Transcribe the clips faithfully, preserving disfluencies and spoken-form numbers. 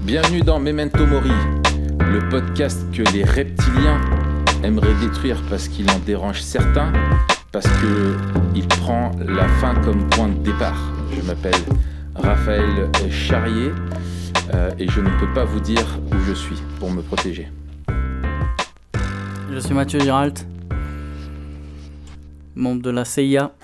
Bienvenue dans Memento Mori, le podcast que les reptiliens aimeraient détruire parce qu'il en dérange certains, parce qu'il prend la fin comme point de départ. Je m'appelle Raphaël Charrier euh, et je ne peux pas vous dire où je suis pour me protéger. Je suis Mathieu Giralt, membre de la C I A,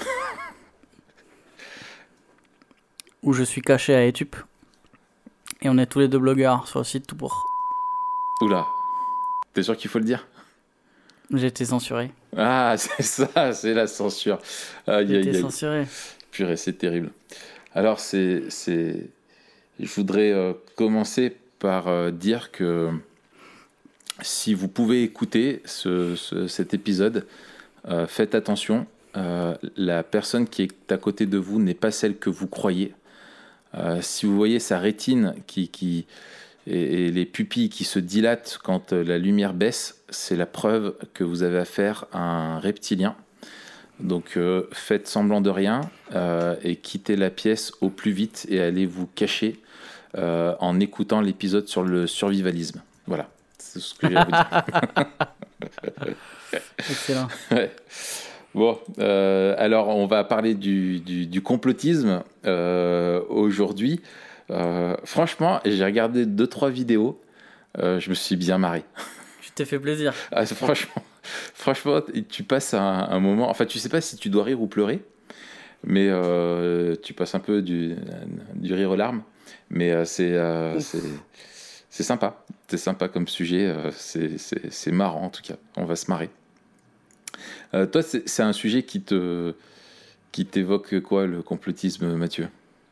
où je suis caché à Etup. Et on est tous les deux blogueurs sur le site Tout Pour. Oula, t'es sûr qu'il faut le dire ? J'ai été censuré. Ah, c'est ça, c'est la censure. Aïe, J'ai aïe, été aïe. censuré. Purée, c'est terrible. Alors, c'est, c'est... je voudrais euh, commencer par euh, dire que si vous pouvez écouter ce, ce, cet épisode, euh, faites attention. Euh, la personne qui est à côté de vous n'est pas celle que vous croyez. Euh, si vous voyez sa rétine qui, qui, et, et les pupilles qui se dilatent quand la lumière baisse, c'est la preuve que vous avez affaire à un reptilien. Donc euh, faites semblant de rien euh, et quittez la pièce au plus vite et allez vous cacher euh, en écoutant l'épisode sur le survivalisme. Voilà, c'est ce que j'ai à vous dire. Excellent. Ouais. Bon, euh, alors on va parler du, du, du complotisme euh, aujourd'hui. Euh, franchement, j'ai regardé deux trois vidéos, euh, je me suis bien marré. Tu t'es fait plaisir. Ah, franchement, franchement, tu passes un, un moment. Enfin, tu sais pas si tu dois rire ou pleurer, mais euh, tu passes un peu du, du rire aux larmes. Mais euh, c'est, euh, c'est c'est sympa, c'est sympa comme sujet. Euh, c'est, c'est c'est marrant en tout cas. On va se marrer. Euh, toi, c'est, c'est un sujet qui te qui t'évoque quoi, le complotisme, Mathieu ?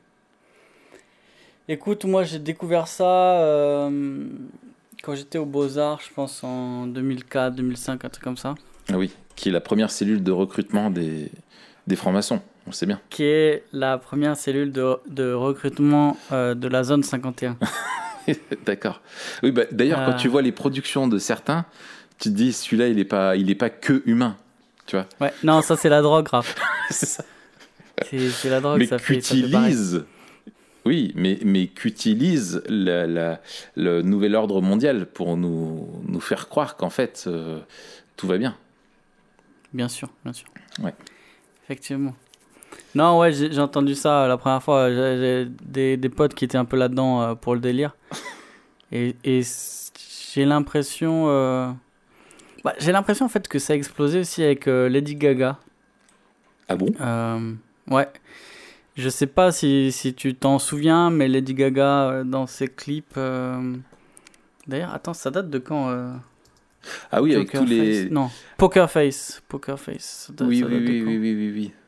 Écoute, moi j'ai découvert ça euh, quand j'étais aux Beaux-Arts, je pense en deux mille quatre, deux mille cinq, un truc comme ça. Ah oui, qui est la première cellule de recrutement des, des francs-maçons, on le sait bien. Qui est la première cellule de, de recrutement euh, de la zone cinquante et un. D'accord. Oui, bah, d'ailleurs, euh... quand tu vois les productions de certains, tu te dis, celui-là, il n'est pas, il est pas que humain, tu vois. Ouais, non, ça c'est la drogue, Raph. C'est ça. C'est, c'est la drogue, mais ça fait, ça qu'utilise, oui, mais, mais qu'utilise la, la, le nouvel ordre mondial pour nous, nous faire croire qu'en fait, euh, tout va bien. Bien sûr, bien sûr. Ouais. Effectivement. Non, ouais, j'ai, j'ai entendu ça la première fois. J'ai, j'ai des, des potes qui étaient un peu là-dedans euh, pour le délire. Et, et j'ai l'impression... Euh... Bah, j'ai l'impression en fait que ça a explosé aussi avec euh, Lady Gaga. Ah bon ? euh, Ouais. Je sais pas si, si tu t'en souviens, mais Lady Gaga euh, dans ses clips... Euh... D'ailleurs, attends, ça date de quand euh... Ah oui, Poker avec tous Face. les... Non, Poker Face. Poker Face. Ça date, oui, ça oui, date oui, de oui, oui, oui, oui.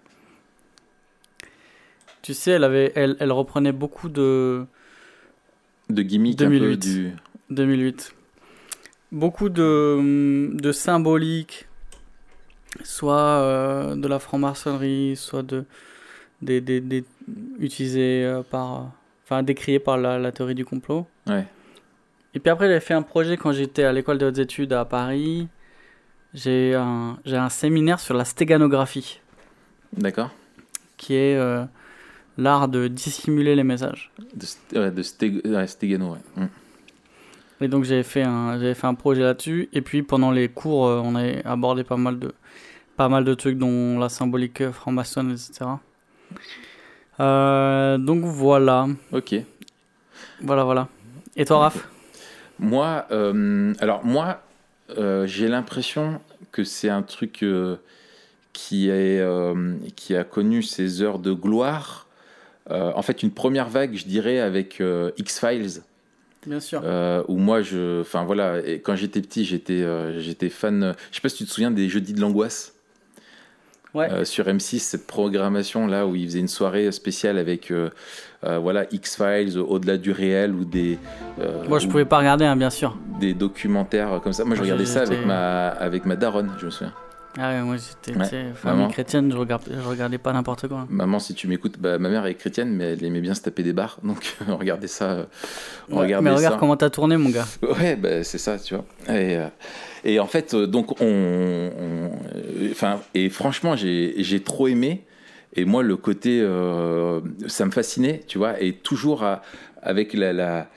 Tu sais, elle, avait, elle, elle reprenait beaucoup de... De gimmicks deux mille huit. Un peu du... deux mille huit. Beaucoup de, de symbolique, soit euh, de la franc-maçonnerie, soit de, des, des, des, utilisés euh, par... Enfin, décriés par la, la théorie du complot. Ouais. Et puis après, j'ai fait un projet quand j'étais à l'école des hautes études à Paris. J'ai un, j'ai un séminaire sur la stéganographie. D'accord. Qui est... Euh, l'art de dissimuler les messages. De, ouais, de stég, ouais, stégano, ouais. Mm. Et donc j'avais fait un, j'avais fait un projet là-dessus. Et puis pendant les cours, euh, on a abordé pas mal de, pas mal de trucs, dont la symbolique franc-maçonne, et cetera. Euh, donc voilà. Ok. Voilà, voilà. Et toi, Raph ? Moi, euh, alors moi, euh, j'ai l'impression que c'est un truc euh, qui, est, euh, qui a connu ses heures de gloire. Euh, en fait, une première vague, je dirais, avec euh, X-Files. Bien sûr. Euh, où moi, je, enfin voilà, et quand j'étais petit, j'étais, euh, j'étais fan. Euh, je sais pas si tu te souviens des Jeudis de l'angoisse. Ouais. Euh, sur M six, cette programmation là où ils faisaient une soirée spéciale avec, euh, euh, voilà, X-Files, Au-delà du réel ou des. Euh, Moi, je pouvais pas regarder, hein, bien sûr. Des documentaires comme ça. Moi, je Moi, regardais ça j'étais... avec ma, avec ma daronne, je me souviens. Ah ouais, moi j'étais Ouais. famille Maman. chrétienne, je, regarde, je regardais pas n'importe quoi. Maman, si tu m'écoutes, bah, ma mère est chrétienne, mais elle aimait bien se taper des barres, donc on regardait ça. On ouais, regardait mais regarde ça. comment t'as tourné, mon gars. Ouais, bah, c'est ça, tu vois. Et, euh, et en fait, euh, donc, on, enfin, et franchement, j'ai, j'ai trop aimé. Et moi, le côté, euh, ça me fascinait, tu vois, et toujours à, avec la, la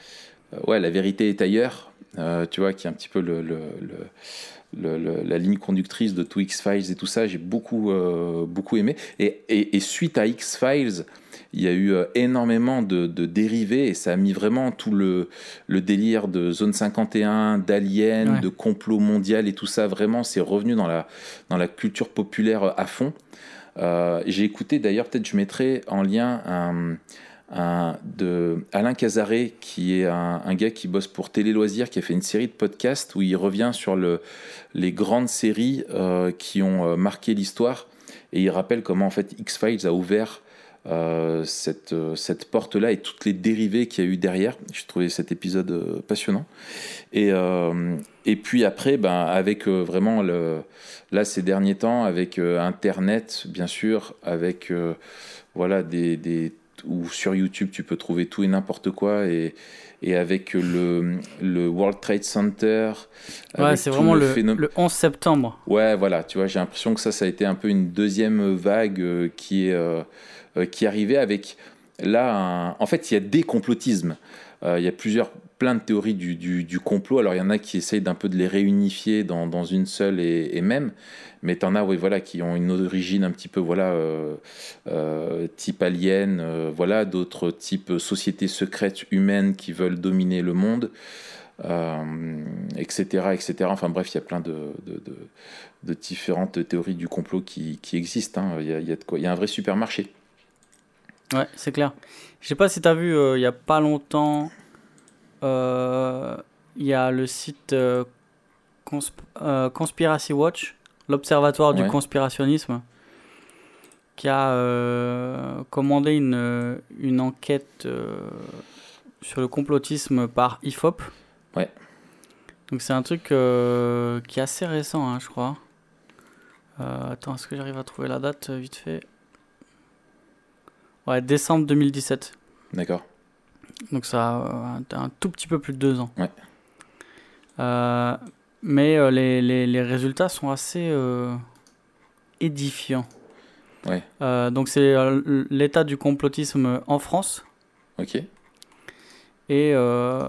ouais, La vérité est ailleurs, euh, tu vois, qui est un petit peu le, le, le, le, le, la ligne conductrice de tout X-Files et tout ça. J'ai beaucoup, euh, beaucoup aimé. Et, et, et suite à X-Files, il y a eu euh, énormément de, de dérivés et ça a mis vraiment tout le, le délire de Zone cinquante et un, d'Alien, ouais. de complot mondial et tout ça. Vraiment, c'est revenu dans la, dans la culture populaire à fond. Euh, j'ai écouté, d'ailleurs, peut-être je mettrai en lien un, un, de Alain Casaré, qui est un, un gars qui bosse pour Télé Loisirs, qui a fait une série de podcasts où il revient sur le, les grandes séries euh, qui ont euh, marqué l'histoire. Et il rappelle comment, en fait, X-Files a ouvert Euh, cette, euh, cette porte-là et toutes les dérivées qu'il y a eu derrière. J'ai trouvé cet épisode euh, passionnant. Et, euh, et puis après, ben, avec euh, vraiment, le, là, ces derniers temps, avec euh, Internet, bien sûr, avec euh, voilà, des, des, ou sur YouTube, tu peux trouver tout et n'importe quoi. Et, et avec le, le World Trade Center. Ouais, c'est vraiment le, phénom... le onze septembre. Ouais, voilà, tu vois, j'ai l'impression que ça, ça a été un peu une deuxième vague euh, qui est... Euh, qui arrivait avec là un... en fait il y a des complotismes, euh, il y a plusieurs plein de théories du, du, du complot. Alors il y en a qui essayent d'un peu de les réunifier dans, dans une seule et, et même, mais t'en as oui, voilà, qui ont une origine un petit peu voilà, euh, euh, type alien, euh, voilà, d'autres types sociétés secrètes humaines qui veulent dominer le monde, euh, etc., etc. Enfin bref, il y a plein de, de, de, de différentes théories du complot qui, qui existent, hein. Il y a, il y a de quoi, il y a un vrai supermarché. Ouais, c'est clair. Je sais pas si tu as vu, euh, il y a pas longtemps, euh, il y a le site euh, Consp- euh, Conspiracy Watch, l'observatoire ouais. du conspirationnisme, qui a euh, commandé une, une enquête euh, sur le complotisme par I F O P. Ouais. Donc c'est un truc euh, qui est assez récent, hein, je crois. Euh, attends, est-ce que j'arrive à trouver la date euh, vite fait ? Ouais, décembre deux mille dix-sept. D'accord. Donc ça a un, un tout petit peu plus de deux ans. Ouais. Euh, mais euh, les, les, les résultats sont assez euh, édifiants. Ouais. Euh, donc c'est euh, l'état du complotisme en France. Ok. Et... Euh...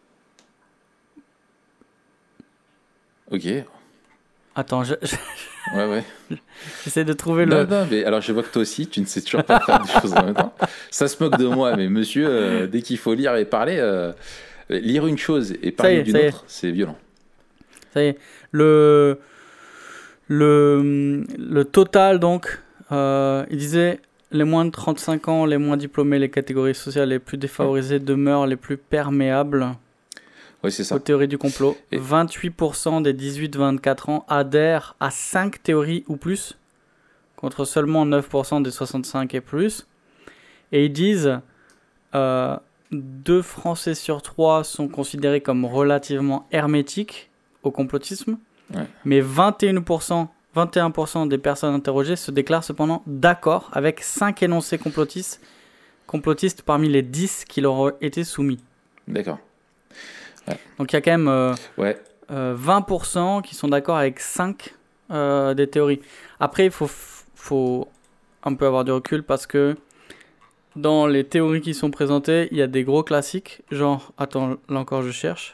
Ok. Attends, je... Ouais, ouais. J'essaie de trouver non, le... Non, mais alors je vois que toi aussi, tu ne sais toujours pas faire des choses en même temps. Ça se moque de moi, mais monsieur, euh, dès qu'il faut lire et parler, euh, lire une chose et parler d'une autre, c'est violent. Ça y est. Le, le, le total, donc, euh, il disait les moins de trente-cinq ans, les moins diplômés, les catégories sociales les plus défavorisées ouais. demeurent les plus perméables. Oui, c'est ça. Aux théories du complot. Et vingt-huit pour cent des dix-huit vingt-quatre ans adhèrent à cinq théories ou plus, contre seulement neuf pour cent des soixante-cinq et plus. Et ils disent euh, deux Français sur trois sont considérés comme relativement hermétiques au complotisme, ouais. mais vingt et un pour cent, vingt et un pour cent des personnes interrogées se déclarent cependant d'accord avec cinq énoncés complotistes, complotistes parmi les dix qui leur ont été soumis. D'accord. Ouais. Donc il y a quand même euh, ouais. euh, vingt pour cent qui sont d'accord avec cinq euh, des théories. Après, il faut, faut un peu avoir du recul parce que dans les théories qui sont présentées, il y a des gros classiques, genre, attends, là encore je cherche.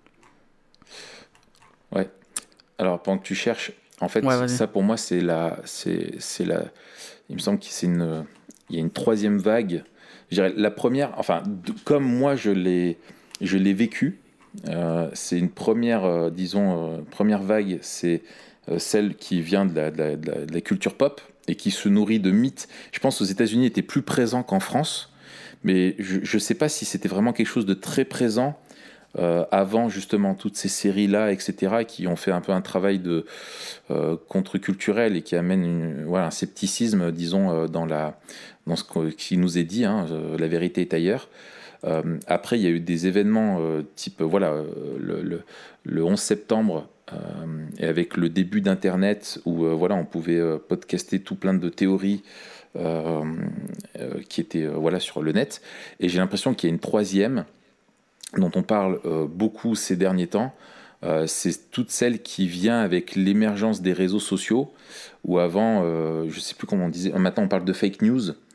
Ouais. Alors pendant que tu cherches, en fait, ouais, ça pour moi c'est la, c'est, c'est la, il me semble qu'il c'est une, il y a une troisième vague. Je dirais la première, enfin, de, comme moi je l'ai, je l'ai vécu. Euh, c'est une première, euh, disons, euh, première vague, c'est euh, celle qui vient de la, de, la, de, la, de la culture pop et qui se nourrit de mythes. Je pense aux États-Unis était plus présent qu'en France, mais je ne sais pas si c'était vraiment quelque chose de très présent euh, avant justement toutes ces séries-là, et cetera, qui ont fait un peu un travail de euh, contre-culturel et qui amènent une, voilà, un scepticisme, disons, euh, dans, la, dans ce qui nous est dit, hein, euh, la vérité est ailleurs. Euh, après, il y a eu des événements euh, type, voilà, euh, le, le, le onze septembre, euh, et avec le début d'Internet, où euh, voilà, on pouvait euh, podcaster tout plein de théories euh, euh, qui étaient euh, voilà, sur le net. Et j'ai l'impression qu'il y a une troisième, dont on parle euh, beaucoup ces derniers temps. Euh, c'est toute celle qui vient avec l'émergence des réseaux sociaux, où avant, euh, je ne sais plus comment on disait, maintenant on parle de fake news.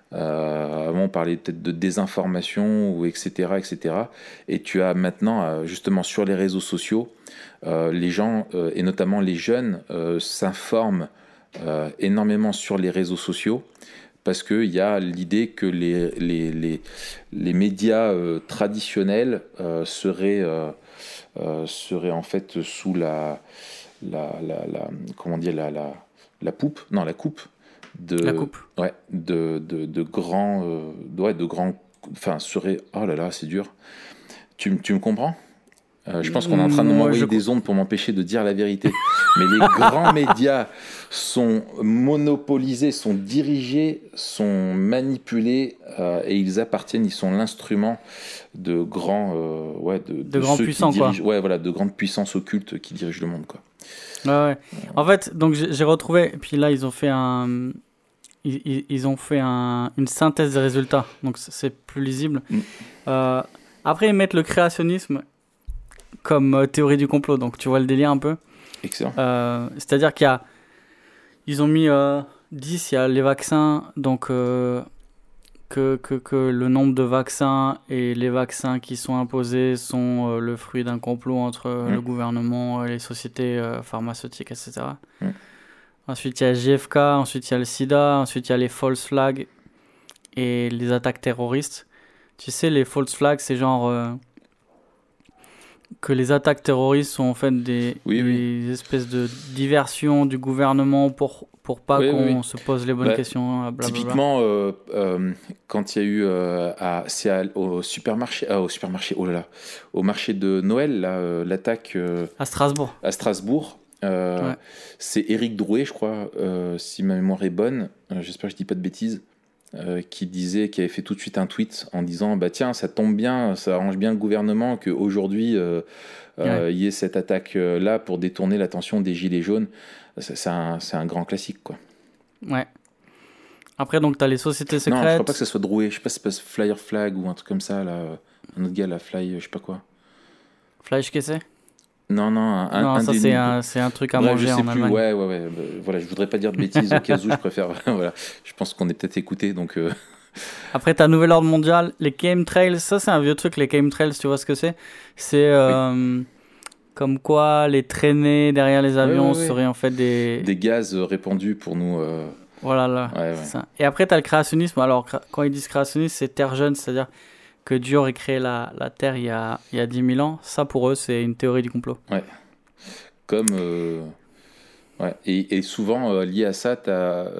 Euh, avant, on parlait peut-être de désinformation, ou et cetera, et cetera. Et tu as maintenant, euh, justement, sur les réseaux sociaux, euh, les gens, euh, et notamment les jeunes, euh, s'informent euh, énormément sur les réseaux sociaux parce qu'il y a l'idée que les, les, les, les médias euh, traditionnels euh, seraient, euh, euh, seraient en fait sous la, la, la, la comment dire, la, la, la poupe, non, la coupe de, La coupe. ouais, de, de, de grands, euh, ouais, de grands, enfin, seraient, oh là là, c'est dur. Tu, tu me comprends? Euh, je pense qu'on est en train de Moi, m'envoyer je- des ondes pour m'empêcher de dire la vérité. Mais les grands médias sont monopolisés, sont dirigés, sont manipulés euh, et ils appartiennent, ils sont l'instrument de grands, euh, ouais, de, De grands ceux puissants, qui quoi. dirigent, ouais, voilà, de grandes puissances occultes qui dirigent le monde, quoi. Ouais, ouais. En fait, donc j'ai j'ai retrouvé, et puis là, ils ont fait un. Ils, ils- ils ont fait un- une synthèse des résultats, donc c'est- c'est plus lisible. Mm. Euh, après, ils mettent le créationnisme comme euh, théorie du complot, donc tu vois le délire un peu. Excellent. Euh, c'est-à-dire qu'il y a. Ils ont mis euh, dix, il y a les vaccins, donc euh, que, que, que le nombre de vaccins et les vaccins qui sont imposés sont euh, le fruit d'un complot entre euh, Mm. le gouvernement, et les sociétés euh, pharmaceutiques, et cetera. Mm. Ensuite, il y a J F K, ensuite il y a le sida, ensuite il y a les false flags et les attaques terroristes. Tu sais, les false flags, c'est genre euh, que les attaques terroristes sont en fait des, Oui, des oui. espèces de diversions du gouvernement pour, pour pas Oui, qu'on oui, oui. se pose les bonnes Bah, questions, blablabla. Typiquement, euh, euh, quand il y a eu euh, à, c'est à- au supermarché, ah, au supermarché, oh là là, au marché de Noël, là, euh, l'attaque euh, À Strasbourg. à Strasbourg, euh, Ouais. c'est Éric Drouet, je crois, euh, si ma mémoire est bonne, euh, j'espère que je dis pas de bêtises, euh, qui disait, qui avait fait tout de suite un tweet en disant, bah tiens, ça tombe bien, ça arrange bien le gouvernement qu'aujourd'hui euh, euh, Ouais. il y ait cette attaque euh, là pour détourner l'attention des gilets jaunes. C'est c'est un, c'est un grand classique, quoi. Ouais. Après, donc, t'as les sociétés Non, je crois secrètes. pas que ça soit Drouet. Je sais pas si c'est pas Flyer Flag ou un truc comme ça, là. euh, Un autre gars, là, Fly, euh, je sais pas quoi. Flash, qu'est-ce que c'est? Non, non, un, un- Non, un ça, des c'est deux. un, c'est un truc à Bref, manger je sais en plus. Allemagne. Ouais, ouais, ouais. bah, voilà, je voudrais pas dire de bêtises au cas où, je préfère. Voilà. Je pense qu'on est peut-être écouté, donc. euh, Après, t'as Nouvel Ordre Mondial, les chemtrails, ça c'est un vieux truc, les chemtrails, tu vois ce que c'est? C'est euh, comme quoi les traînées derrière les avions ouais, ouais. seraient en fait des... Des gaz euh, répandus pour nous. euh, Voilà, là, Ouais, c'est ouais. ça. Et après, t'as le créationnisme. Alors, cra- quand ils disent créationnisme, c'est terre jeune, c'est-à-dire que Dieu aurait créé la, la Terre il y, a, il y a dix mille ans. Ça, pour eux, c'est une théorie du complot. Comme. euh, Ouais. Et, et souvent, euh, lié à ça, tu as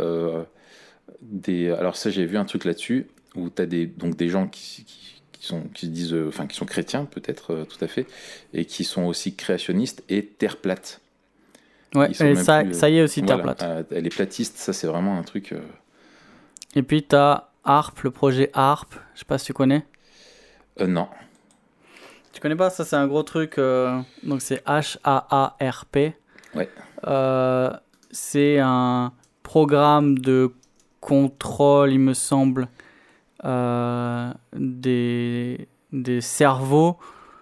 des. Alors, ça, j'ai vu un truc là-dessus où tu as des, donc, des gens qui, qui, qui sont, qui se disent. euh, Enfin, qui sont chrétiens, peut-être, euh, tout à fait, et qui sont aussi créationnistes et terre plate. Ouais, Ils sont et même ça, plus, euh, ça y est aussi, terre Voilà, plate. euh, elle est platiste, ça, c'est vraiment un truc. euh, Et puis, t'as HARP, le projet HARP. Je sais pas si tu connais. euh, non. Tu connais pas? Ça, c'est un gros truc. euh, Donc, c'est H A A R P. Ouais. Euh, c'est un programme de contrôle, il me semble, euh, des, des cerveaux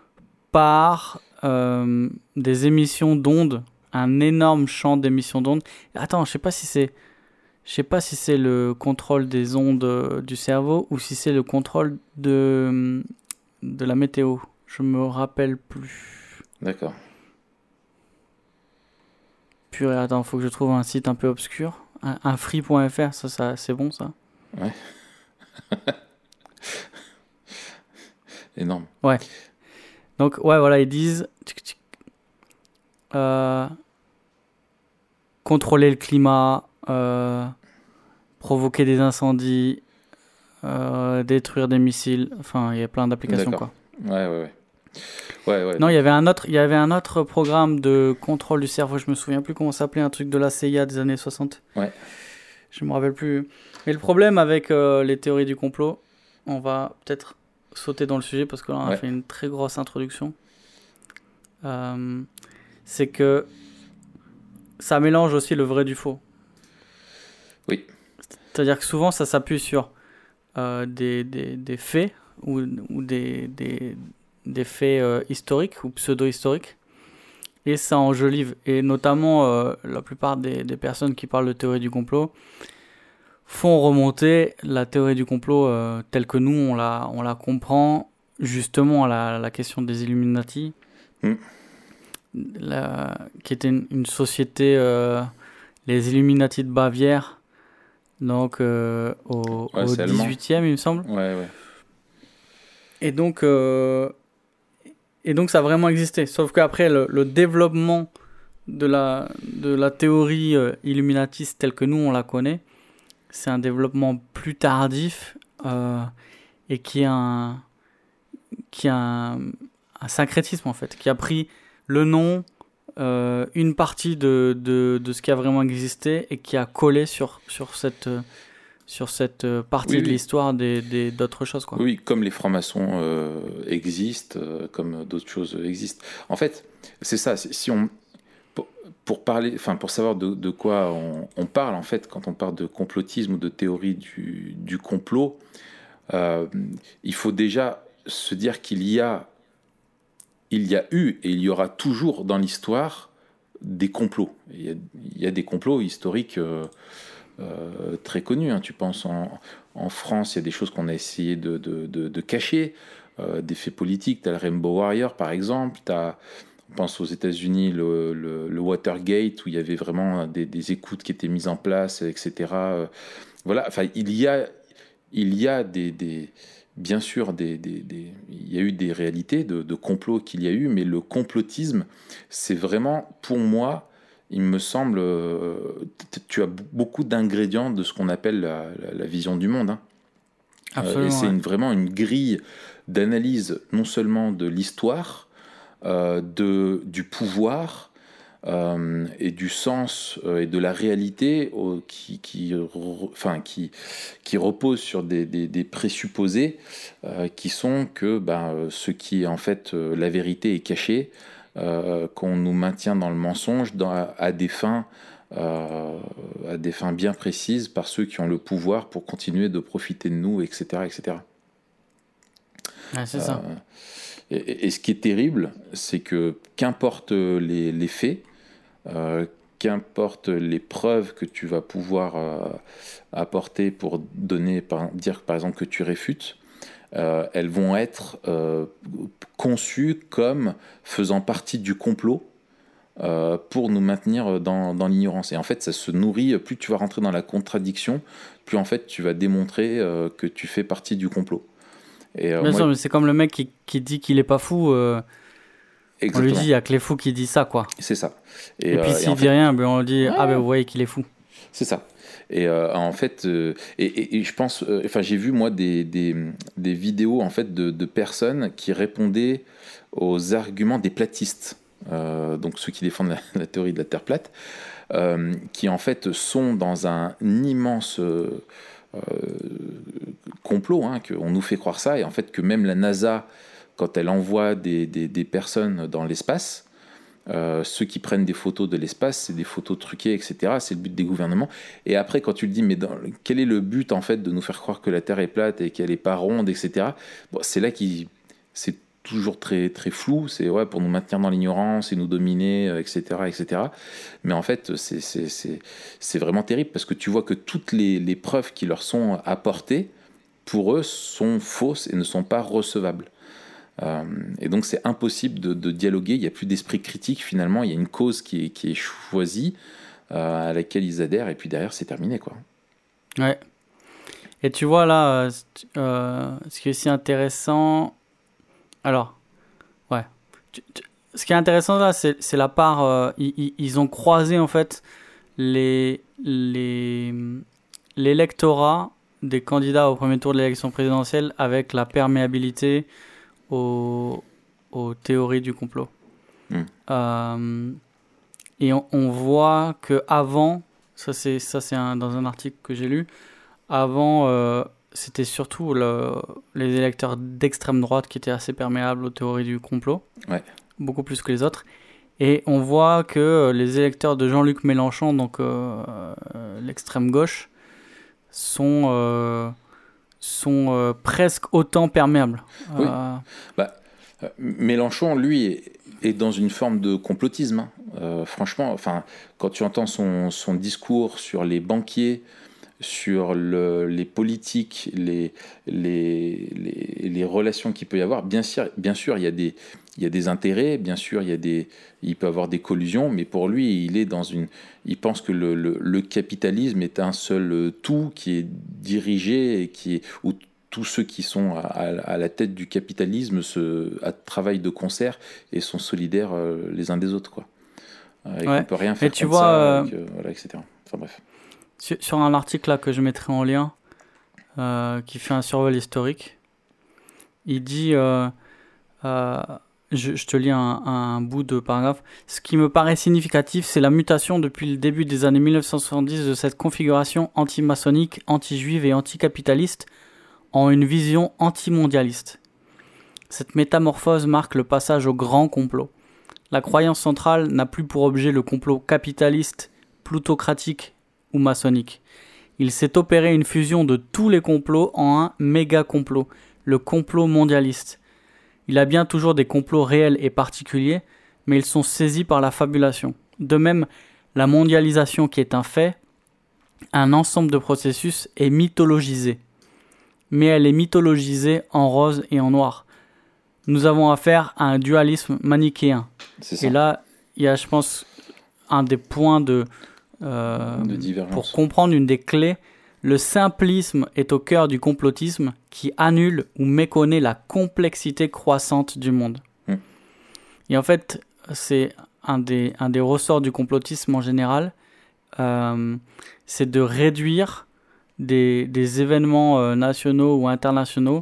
par euh, des émissions d'ondes, un énorme champ d'émissions d'ondes. Attends, je sais pas si c'est, je sais pas si c'est le contrôle des ondes euh, du cerveau ou si c'est le contrôle de de la météo. Je me rappelle plus. D'accord. Purée, attends, faut que je trouve un site un peu obscur. Un, un free point f r, ça, ça c'est bon ça. Ouais. Énorme. Donc, ouais, voilà, ils disent tchic, tchic, euh, contrôler le climat, euh, provoquer des incendies, euh, détruire des missiles. Enfin, il y a plein d'applications, D'accord. quoi. Ouais, ouais, ouais. Ouais, ouais. Non, il y avait un autre, il y avait un autre programme de contrôle du cerveau. Je me souviens plus comment ça s'appelait, un truc de la C I A des années soixante. Ouais. Je me rappelle plus. Mais le problème avec euh, les théories du complot, on va peut-être sauter dans le sujet parce que là on a Ouais. fait une très grosse introduction. Euh, c'est que ça mélange aussi le vrai du faux. Oui. C'est-à-dire que souvent ça s'appuie sur euh, des, des, des faits ou, ou des, des, des faits euh, historiques ou pseudo-historiques et ça enjolive. Et notamment euh, la plupart des, des personnes qui parlent de théorie du complot font remonter la théorie du complot euh, telle que nous, on la, on la comprend, justement à la, la question des Illuminati, mm. la, qui était une, une société, euh, les Illuminati de Bavière, donc euh, au, ouais, au dix-huitième, il me semble. Ouais, ouais. Et donc, euh, et donc, ça a vraiment existé. Sauf qu'après, le, le développement de la, de la théorie euh, illuminatiste telle que nous, on la connaît, c'est un développement plus tardif euh, et qui a un, qui a un, un syncrétisme, en fait, qui a pris le nom, euh, une partie de, de, de ce qui a vraiment existé et qui a collé sur, sur cette... Euh, sur cette partie oui, de oui. l'histoire des, des, d'autres choses. Quoi. Oui, comme les francs-maçons euh, existent, euh, comme d'autres choses existent. En fait, c'est ça. C'est, si on, pour, pour, parler, enfin, pour savoir de, de quoi on, on parle, en fait, quand on parle de complotisme ou de théorie du, du complot, euh, il faut déjà se dire qu'il y a, il y a eu et il y aura toujours dans l'histoire des complots. Il y a, il y a des complots historiques euh, Euh, très connu. Hein. Tu penses en, en France, il y a des choses qu'on a essayé de, de, de, de cacher, euh, des faits politiques. Tu as le Rainbow Warrior, par exemple. T'as, on pense aux États-Unis, le, le, le Watergate, où il y avait vraiment des, des écoutes qui étaient mises en place, et cetera. Euh, voilà. Enfin, il y a, il y a des, des bien sûr, des, des, des, il y a eu des réalités de, de complots qu'il y a eu, mais le complotisme, c'est vraiment, pour moi, il me semble, euh, tu as beaucoup d'ingrédients de ce qu'on appelle la, la, la vision du monde. Hein. Absolument, euh, et c'est ouais. une, vraiment une grille d'analyse non seulement de l'histoire, euh, de, du pouvoir euh, et du sens euh, et de la réalité euh, qui, qui, re, enfin, qui, qui repose sur des, des, des présupposés euh, qui sont que ben, ce qui est en fait euh, la vérité est caché. Euh, qu'on nous maintient dans le mensonge dans, à, à des fins euh, à des fins bien précises par ceux qui ont le pouvoir pour continuer de profiter de nous, et cetera, et cetera. Ah, c'est euh, ça. Et, et ce qui est terrible, c'est que qu'importe les, les faits, euh, qu'importe les preuves que tu vas pouvoir euh, apporter pour donner, par, dire par exemple que tu réfutes, Euh, elles vont être euh, conçues comme faisant partie du complot euh, pour nous maintenir dans, dans l'ignorance. Et en fait, ça se nourrit, plus tu vas rentrer dans la contradiction, plus en fait tu vas démontrer euh, que tu fais partie du complot. Et, euh, Bien moi, sûr, mais c'est comme le mec qui, qui dit qu'il est pas fou. Euh, on lui dit, il y a que les fous qui disent ça, quoi. C'est ça. Et, et puis euh, s'il et dit fait... rien, ben on lui dit, ouais. ah ben vous voyez qu'il est fou. C'est ça. Et euh, en fait, euh, et, et, et je pense, euh, enfin, j'ai vu moi des, des, des vidéos en fait de, de personnes qui répondaient aux arguments des platistes, euh, donc ceux qui défendent la, la théorie de la Terre plate, euh, qui en fait sont dans un immense euh, complot, hein, qu'on nous fait croire ça, et en fait que même la NASA, quand elle envoie des, des, des personnes dans l'espace, Euh, ceux qui prennent des photos de l'espace, c'est des photos truquées, et cetera. C'est le but des gouvernements. Et après, quand tu le dis, mais dans, quel est le but en fait de nous faire croire que la Terre est plate et qu'elle n'est pas ronde, et cetera. Bon, c'est là qui, c'est toujours très très flou. C'est ouais pour nous maintenir dans l'ignorance et nous dominer, euh, et cetera, et cetera. Mais en fait, c'est c'est c'est c'est vraiment terrible parce que tu vois que toutes les les preuves qui leur sont apportées pour eux sont fausses et ne sont pas recevables. Euh, et donc c'est impossible de, de dialoguer, il n'y a plus d'esprit critique finalement, il y a une cause qui est, qui est choisie, euh, à laquelle ils adhèrent, et puis derrière c'est terminé, quoi. Ouais. Et tu vois là, euh, ce qui est aussi intéressant, alors, ouais, tu, tu, ce qui est intéressant là, c'est, c'est la part, euh, ils, ils ont croisé en fait les, les, l'électorat des candidats au premier tour de l'élection présidentielle avec la perméabilité Aux, aux théories du complot. Mmh. Euh, et on, on voit que avant, ça c'est ça c'est un, dans un article que j'ai lu, avant euh, c'était surtout le, les électeurs d'extrême droite qui étaient assez perméables aux théories du complot, ouais. beaucoup plus que les autres. Et on voit que les électeurs de Jean-Luc Mélenchon, donc euh, euh, l'extrême gauche, sont euh, sont euh, presque autant perméables. Oui. Euh... Bah, euh, Mélenchon, lui, est, est dans une forme de complotisme. Hein. Euh, franchement, enfin, quand tu entends son, son discours sur les banquiers sur le, les politiques, les, les, les, les relations qu'il peut y avoir. Bien sûr, bien sûr il, y a des, il y a des intérêts, bien sûr, il, y a des, il peut y avoir des collusions, mais pour lui, il, est dans une, il pense que le, le, le capitalisme est un seul tout qui est dirigé et qui est, où tous ceux qui sont à, à la tête du capitalisme se, à, travaillent de concert et sont solidaires euh, les uns des autres, quoi. Euh, et ouais. qu'on peut rien faire tu contre vois, ça, euh, et que, voilà, et cetera. Enfin bref. Sur, sur un article là que je mettrai en lien, euh, qui fait un survol historique, il dit, euh, euh, je, je te lis un, un bout de paragraphe, ce qui me paraît significatif, c'est la mutation depuis le début des années mille neuf cent soixante-dix de cette configuration anti-maçonnique, anti-juive et anticapitaliste en une vision anti-mondialiste. Cette métamorphose marque le passage au grand complot. La croyance centrale n'a plus pour objet le complot capitaliste, plutocratique ou maçonnique. Il s'est opéré une fusion de tous les complots en un méga complot, le complot mondialiste. Il a bien toujours des complots réels et particuliers, mais ils sont saisis par la fabulation. De même, la mondialisation qui est un fait, un ensemble de processus, est mythologisée. Mais elle est mythologisée en rose et en noir. Nous avons affaire à un dualisme manichéen. C'est ça. Et là, il y a, je pense, un des points de, euh, de divergence. Pour comprendre une des clés, le simplisme est au cœur du complotisme qui annule ou méconnaît la complexité croissante du monde. Mmh. Et en fait, c'est un des, un des ressorts du complotisme en général, euh, c'est de réduire Des, des événements euh, nationaux ou internationaux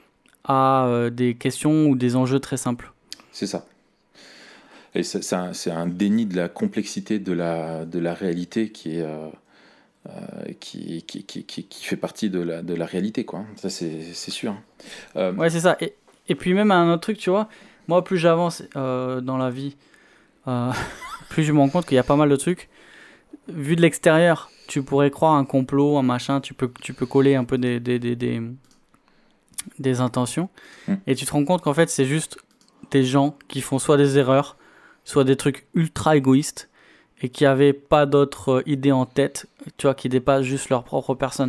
à euh, des questions ou des enjeux très simples. C'est ça. Et c'est, c'est, un, c'est un déni de la complexité de la, de la réalité qui, est, euh, euh, qui, qui, qui, qui, qui fait partie de la, de la réalité, quoi. Ça, c'est, c'est sûr. Euh... Ouais, c'est ça. Et, et puis même un autre truc, tu vois, moi, plus j'avance euh, dans la vie, euh, plus je me rends compte qu'il y a pas mal de trucs. Vu de l'extérieur, tu pourrais croire un complot, un machin, tu peux, tu peux coller un peu des, des, des, des, des intentions. Mmh. Et tu te rends compte qu'en fait, c'est juste des gens qui font soit des erreurs, soit des trucs ultra égoïstes et qui n'avaient pas d'autres idées en tête, tu vois, qui dépassent juste leur propre personne.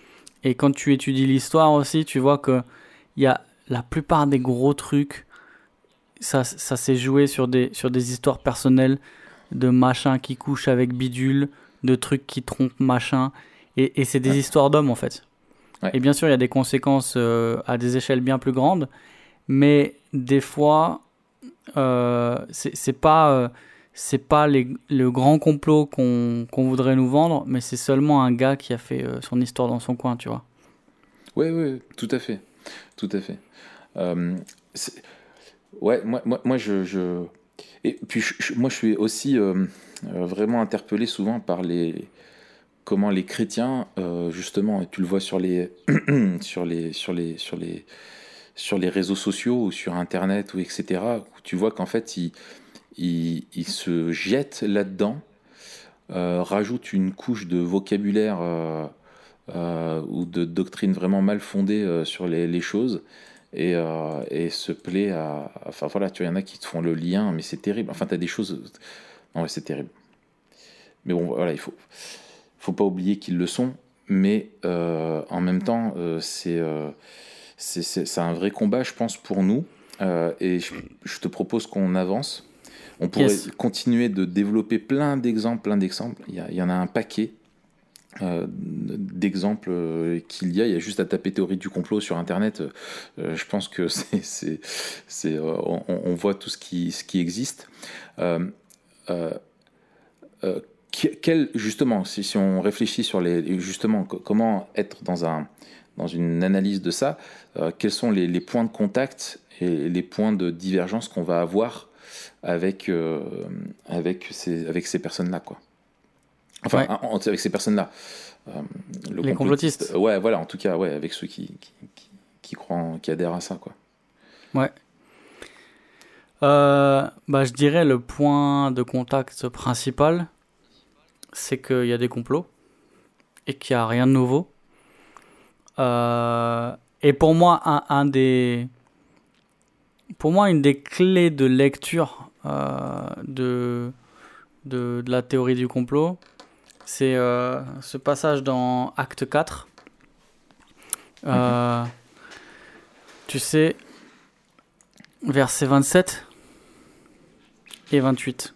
Et quand tu étudies l'histoire aussi, tu vois que y a la plupart des gros trucs, ça, ça s'est joué sur des, sur des histoires personnelles, de machin qui couche avec bidule, de trucs qui trompent machin, et, et c'est des ouais. histoires d'hommes en fait. Ouais. Et bien sûr, il y a des conséquences euh, à des échelles bien plus grandes, mais des fois, euh, c'est, c'est pas, euh, c'est pas les, le grand complot qu'on, qu'on voudrait nous vendre, mais c'est seulement un gars qui a fait euh, son histoire dans son coin, tu vois. Oui, oui, tout à fait, tout à fait. Euh, c'est... Ouais, moi, moi, moi je... je... Et puis, je, moi, je suis aussi euh, euh, vraiment interpellé souvent par les comment les chrétiens, euh, justement, tu le vois sur les sur les sur les sur les sur les réseaux sociaux ou sur Internet ou et cetera. Où tu vois qu'en fait, ils ils, ils se jettent là-dedans, euh, rajoutent une couche de vocabulaire euh, euh, ou de doctrine vraiment mal fondée euh, sur les, les choses. Et, euh, et se plaît à... Enfin voilà, tu vois, il y en a qui te font le lien, mais c'est terrible. Enfin, tu as des choses... Non, ouais, c'est terrible. Mais bon, voilà, il faut, faut pas oublier qu'ils le sont. Mais euh, en même temps, euh, c'est, euh, c'est, c'est, c'est un vrai combat, je pense, pour nous. Euh, et je, je te propose qu'on avance. On pourrait yes. continuer de développer plein d'exemples, plein d'exemples. Il y, a, il y en a un paquet. Euh, d'exemples euh, qu'il y a, il y a juste à taper théorie du complot sur internet. Euh, je pense que c'est, c'est, c'est euh, on, on voit tout ce qui, ce qui existe. Euh, euh, euh, quel, justement, si, si on réfléchit sur les, justement, comment être dans un, dans une analyse de ça, euh, quels sont les, les points de contact et les points de divergence qu'on va avoir avec, euh, avec ces, avec ces personnes-là, quoi. Enfin, ouais. en, avec ces personnes-là. Euh, le les complotistes. Ouais, voilà, en tout cas, ouais, avec ceux qui, qui, qui, qui croient, en, qui adhèrent à ça, quoi. Ouais. Euh, bah, je dirais le point de contact principal, c'est qu'il y a des complots et qu'il n'y a rien de nouveau. Euh, et pour moi, un, un des, pour moi, une des clés de lecture euh, de, de, de la théorie du complot, c'est euh, ce passage dans Acte quatre. Euh, mm-hmm. Tu sais, versets vingt-sept et vingt-huit.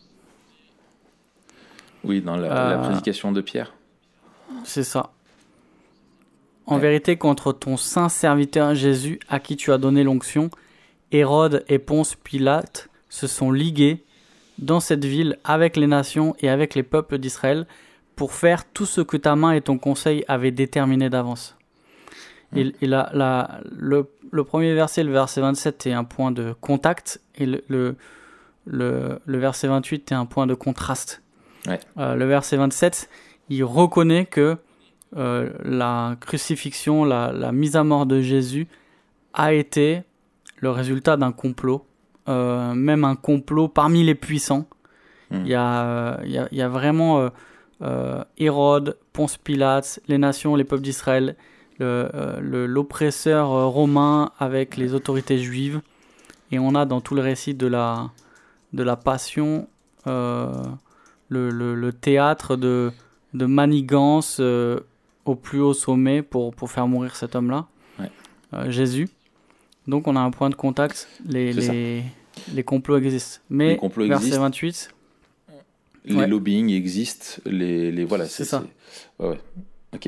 Oui, dans la, euh, la prédication de Pierre. C'est ça. En ouais. vérité, contre ton saint serviteur Jésus, à qui tu as donné l'onction, Hérode et Ponce Pilate se sont ligués dans cette ville avec les nations et avec les peuples d'Israël pour faire tout ce que ta main et ton conseil avaient déterminé d'avance. Mmh. Et, et la, la, le, le premier verset, le verset vingt-sept, est un point de contact et le, le, le, le verset vingt-huit est un point de contraste. Ouais. Euh, le verset vingt-sept, il reconnaît que euh, la crucifixion, la, la mise à mort de Jésus a été le résultat d'un complot, euh, même un complot parmi les puissants. Mmh. Il y a, euh, il y a, il y a vraiment euh, euh, Hérode, Ponce Pilate, les nations, les peuples d'Israël, le, euh, le, l'oppresseur euh, romain avec les autorités juives. Et on a dans tout le récit de la, de la passion euh, le, le, le théâtre de, de manigance euh, au plus haut sommet pour, pour faire mourir cet homme-là, ouais. euh, Jésus. Donc on a un point de contact, les, les, les complots existent. Mais les complots verset existent. vingt-huit... Les ouais. lobbying existent, les, les voilà, c'est, c'est ça. C'est... Ouais, ouais. Ok.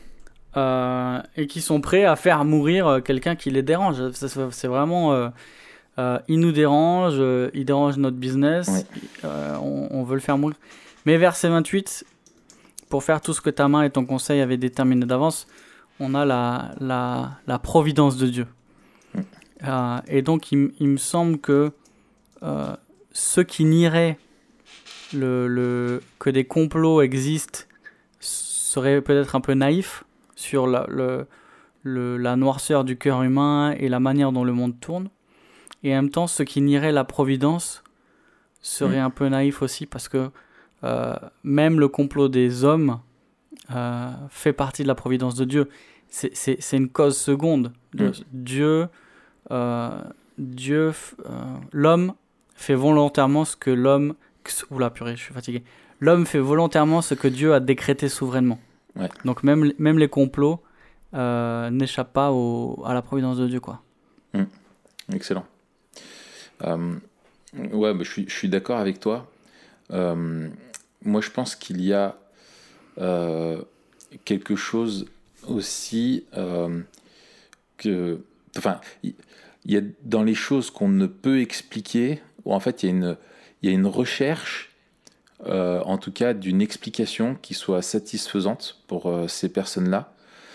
Euh, et qui sont prêts à faire mourir quelqu'un qui les dérange. C'est, c'est vraiment, euh, euh, il nous dérange, euh, il dérange notre business, ouais. euh, on, on veut le faire mourir. Mais verset vingt-huit, pour faire tout ce que ta main et ton conseil avaient déterminé d'avance, on a la, la, la providence de Dieu. Mm. Euh, et donc il, il me semble que euh, ceux qui nieraient Le, le, que des complots existent serait peut-être un peu naïf sur la, le, le, la noirceur du cœur humain et la manière dont le monde tourne. Et en même temps, ceux qui nieraient la providence seraient mmh. un peu naïfs aussi parce que euh, même le complot des hommes euh, fait partie de la providence de Dieu. C'est, c'est, c'est une cause seconde. De, mmh. Dieu, euh, Dieu euh, l'homme fait volontairement ce que l'homme Oula purée, je suis fatigué. L'homme fait volontairement ce que Dieu a décrété souverainement. Ouais. Donc même, même les complots euh, n'échappent pas au, à la providence de Dieu, quoi. Mmh. Excellent. Euh, ouais, bah, je suis, je suis d'accord avec toi. Euh, moi, je pense qu'il y a euh, quelque chose aussi euh, que, enfin, il y, y a dans les choses qu'on ne peut expliquer, où en fait, il y a une Il y a une recherche, euh, en tout cas, d'une explication qui soit satisfaisante pour euh, ces personnes-là.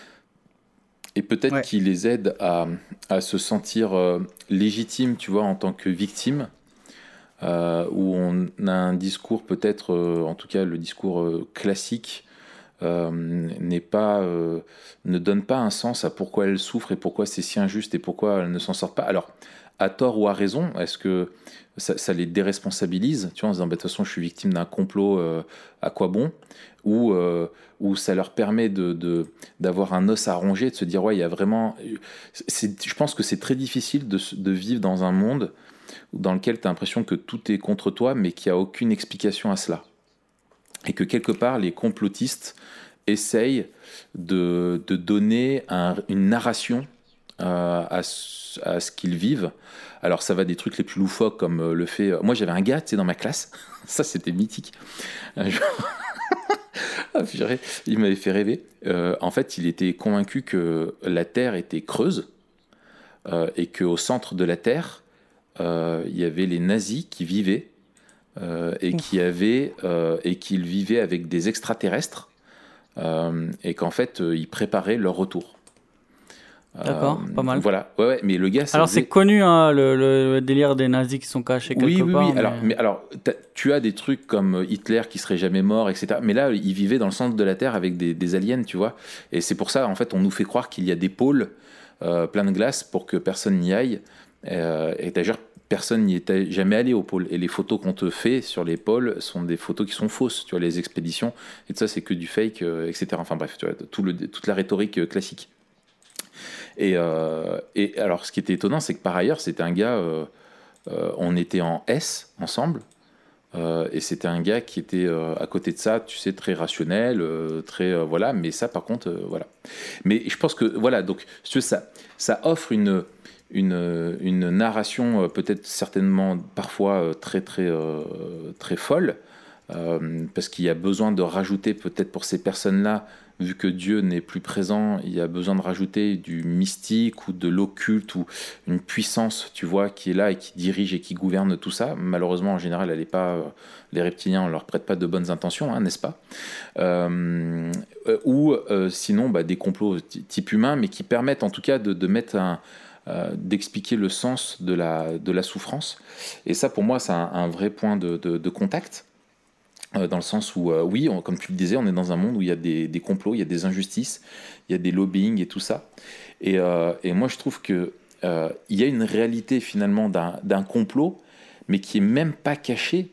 Et peut-être ouais. qui les aide à, à se sentir euh, légitimes, tu vois, en tant que victimes. Euh, où on a un discours peut-être, euh, en tout cas, le discours euh, classique euh, n'est pas, euh, ne donne pas un sens à pourquoi elles souffrent et pourquoi c'est si injuste et pourquoi elles ne s'en sortent pas. Alors, à tort ou à raison, est-ce que ça, ça les déresponsabilise, tu vois, en se disant, bah, de toute façon, je suis victime d'un complot, euh, à quoi bon, ou, euh, ou ça leur permet de, de, d'avoir un os à ronger, de se dire, ouais, il y a vraiment... C'est, je pense que c'est très difficile de, de vivre dans un monde dans lequel tu as l'impression que tout est contre toi, mais qu'il n'y a aucune explication à cela. Et que quelque part, les complotistes essayent de, de donner un, une narration euh, à, à ce qu'ils vivent. Alors ça va des trucs les plus loufoques comme euh, le fait... Euh, moi j'avais un gars, tu sais, dans ma classe, ça c'était mythique. Un jour... ah, purée, il m'avait fait rêver. Euh, en fait, il était convaincu que la Terre était creuse euh, et qu'au centre de la Terre, euh, il y avait les nazis qui vivaient euh, et, qui avaient, euh, et qu'ils vivaient avec des extraterrestres euh, et qu'en fait, euh, ils préparaient leur retour. D'accord, euh, pas mal. Voilà, ouais, ouais, mais le gars... Alors faisait... c'est connu, hein, le, le délire des nazis qui sont cachés quelque oui, oui, part. Oui, mais... alors, mais alors tu as des trucs comme Hitler qui serait jamais mort, et cetera. Mais là, il vivait dans le centre de la Terre avec des, des aliens, tu vois. Et c'est pour ça, en fait, on nous fait croire qu'il y a des pôles euh, pleins de glace pour que personne n'y aille. Euh, et d'ailleurs, personne n'y était jamais allé au pôle. Et les photos qu'on te fait sur les pôles sont des photos qui sont fausses, tu vois, les expéditions. Et tout ça, c'est que du fake, euh, et cetera. Enfin bref, tu vois, tout le, toute la rhétorique euh, classique. Et, euh, et alors, ce qui était étonnant, c'est que par ailleurs, c'était un gars, euh, euh, on était en S ensemble, Euh, et c'était un gars qui était euh, à côté de ça, tu sais, très rationnel, euh, très euh, voilà. Mais ça, par contre, euh, voilà. Mais je pense que voilà, donc si tu veux, ça, ça offre une une, une narration euh, peut-être certainement parfois euh, très très euh, très folle, euh, parce qu'il y a besoin de rajouter peut-être pour ces personnes-là. Vu que Dieu n'est plus présent, il y a besoin de rajouter du mystique ou de l'occulte ou une puissance, tu vois, qui est là et qui dirige et qui gouverne tout ça. Malheureusement, en général, elle est pas, les reptiliens, on leur prête pas de bonnes intentions, hein, n'est-ce pas euh, Ou euh, sinon, bah, des complots type humain, mais qui permettent en tout cas de, de mettre un, euh, d'expliquer le sens de la, de la souffrance. Et ça, pour moi, c'est un, un vrai point de, de, de contact. Dans le sens où, euh, oui, on, comme tu le disais, on est dans un monde où il y a des, des complots, il y a des injustices, il y a des lobbying et tout ça. Et, euh, et moi, je trouve qu'il euh, y a une réalité finalement d'un, d'un complot, mais qui est même pas cachée,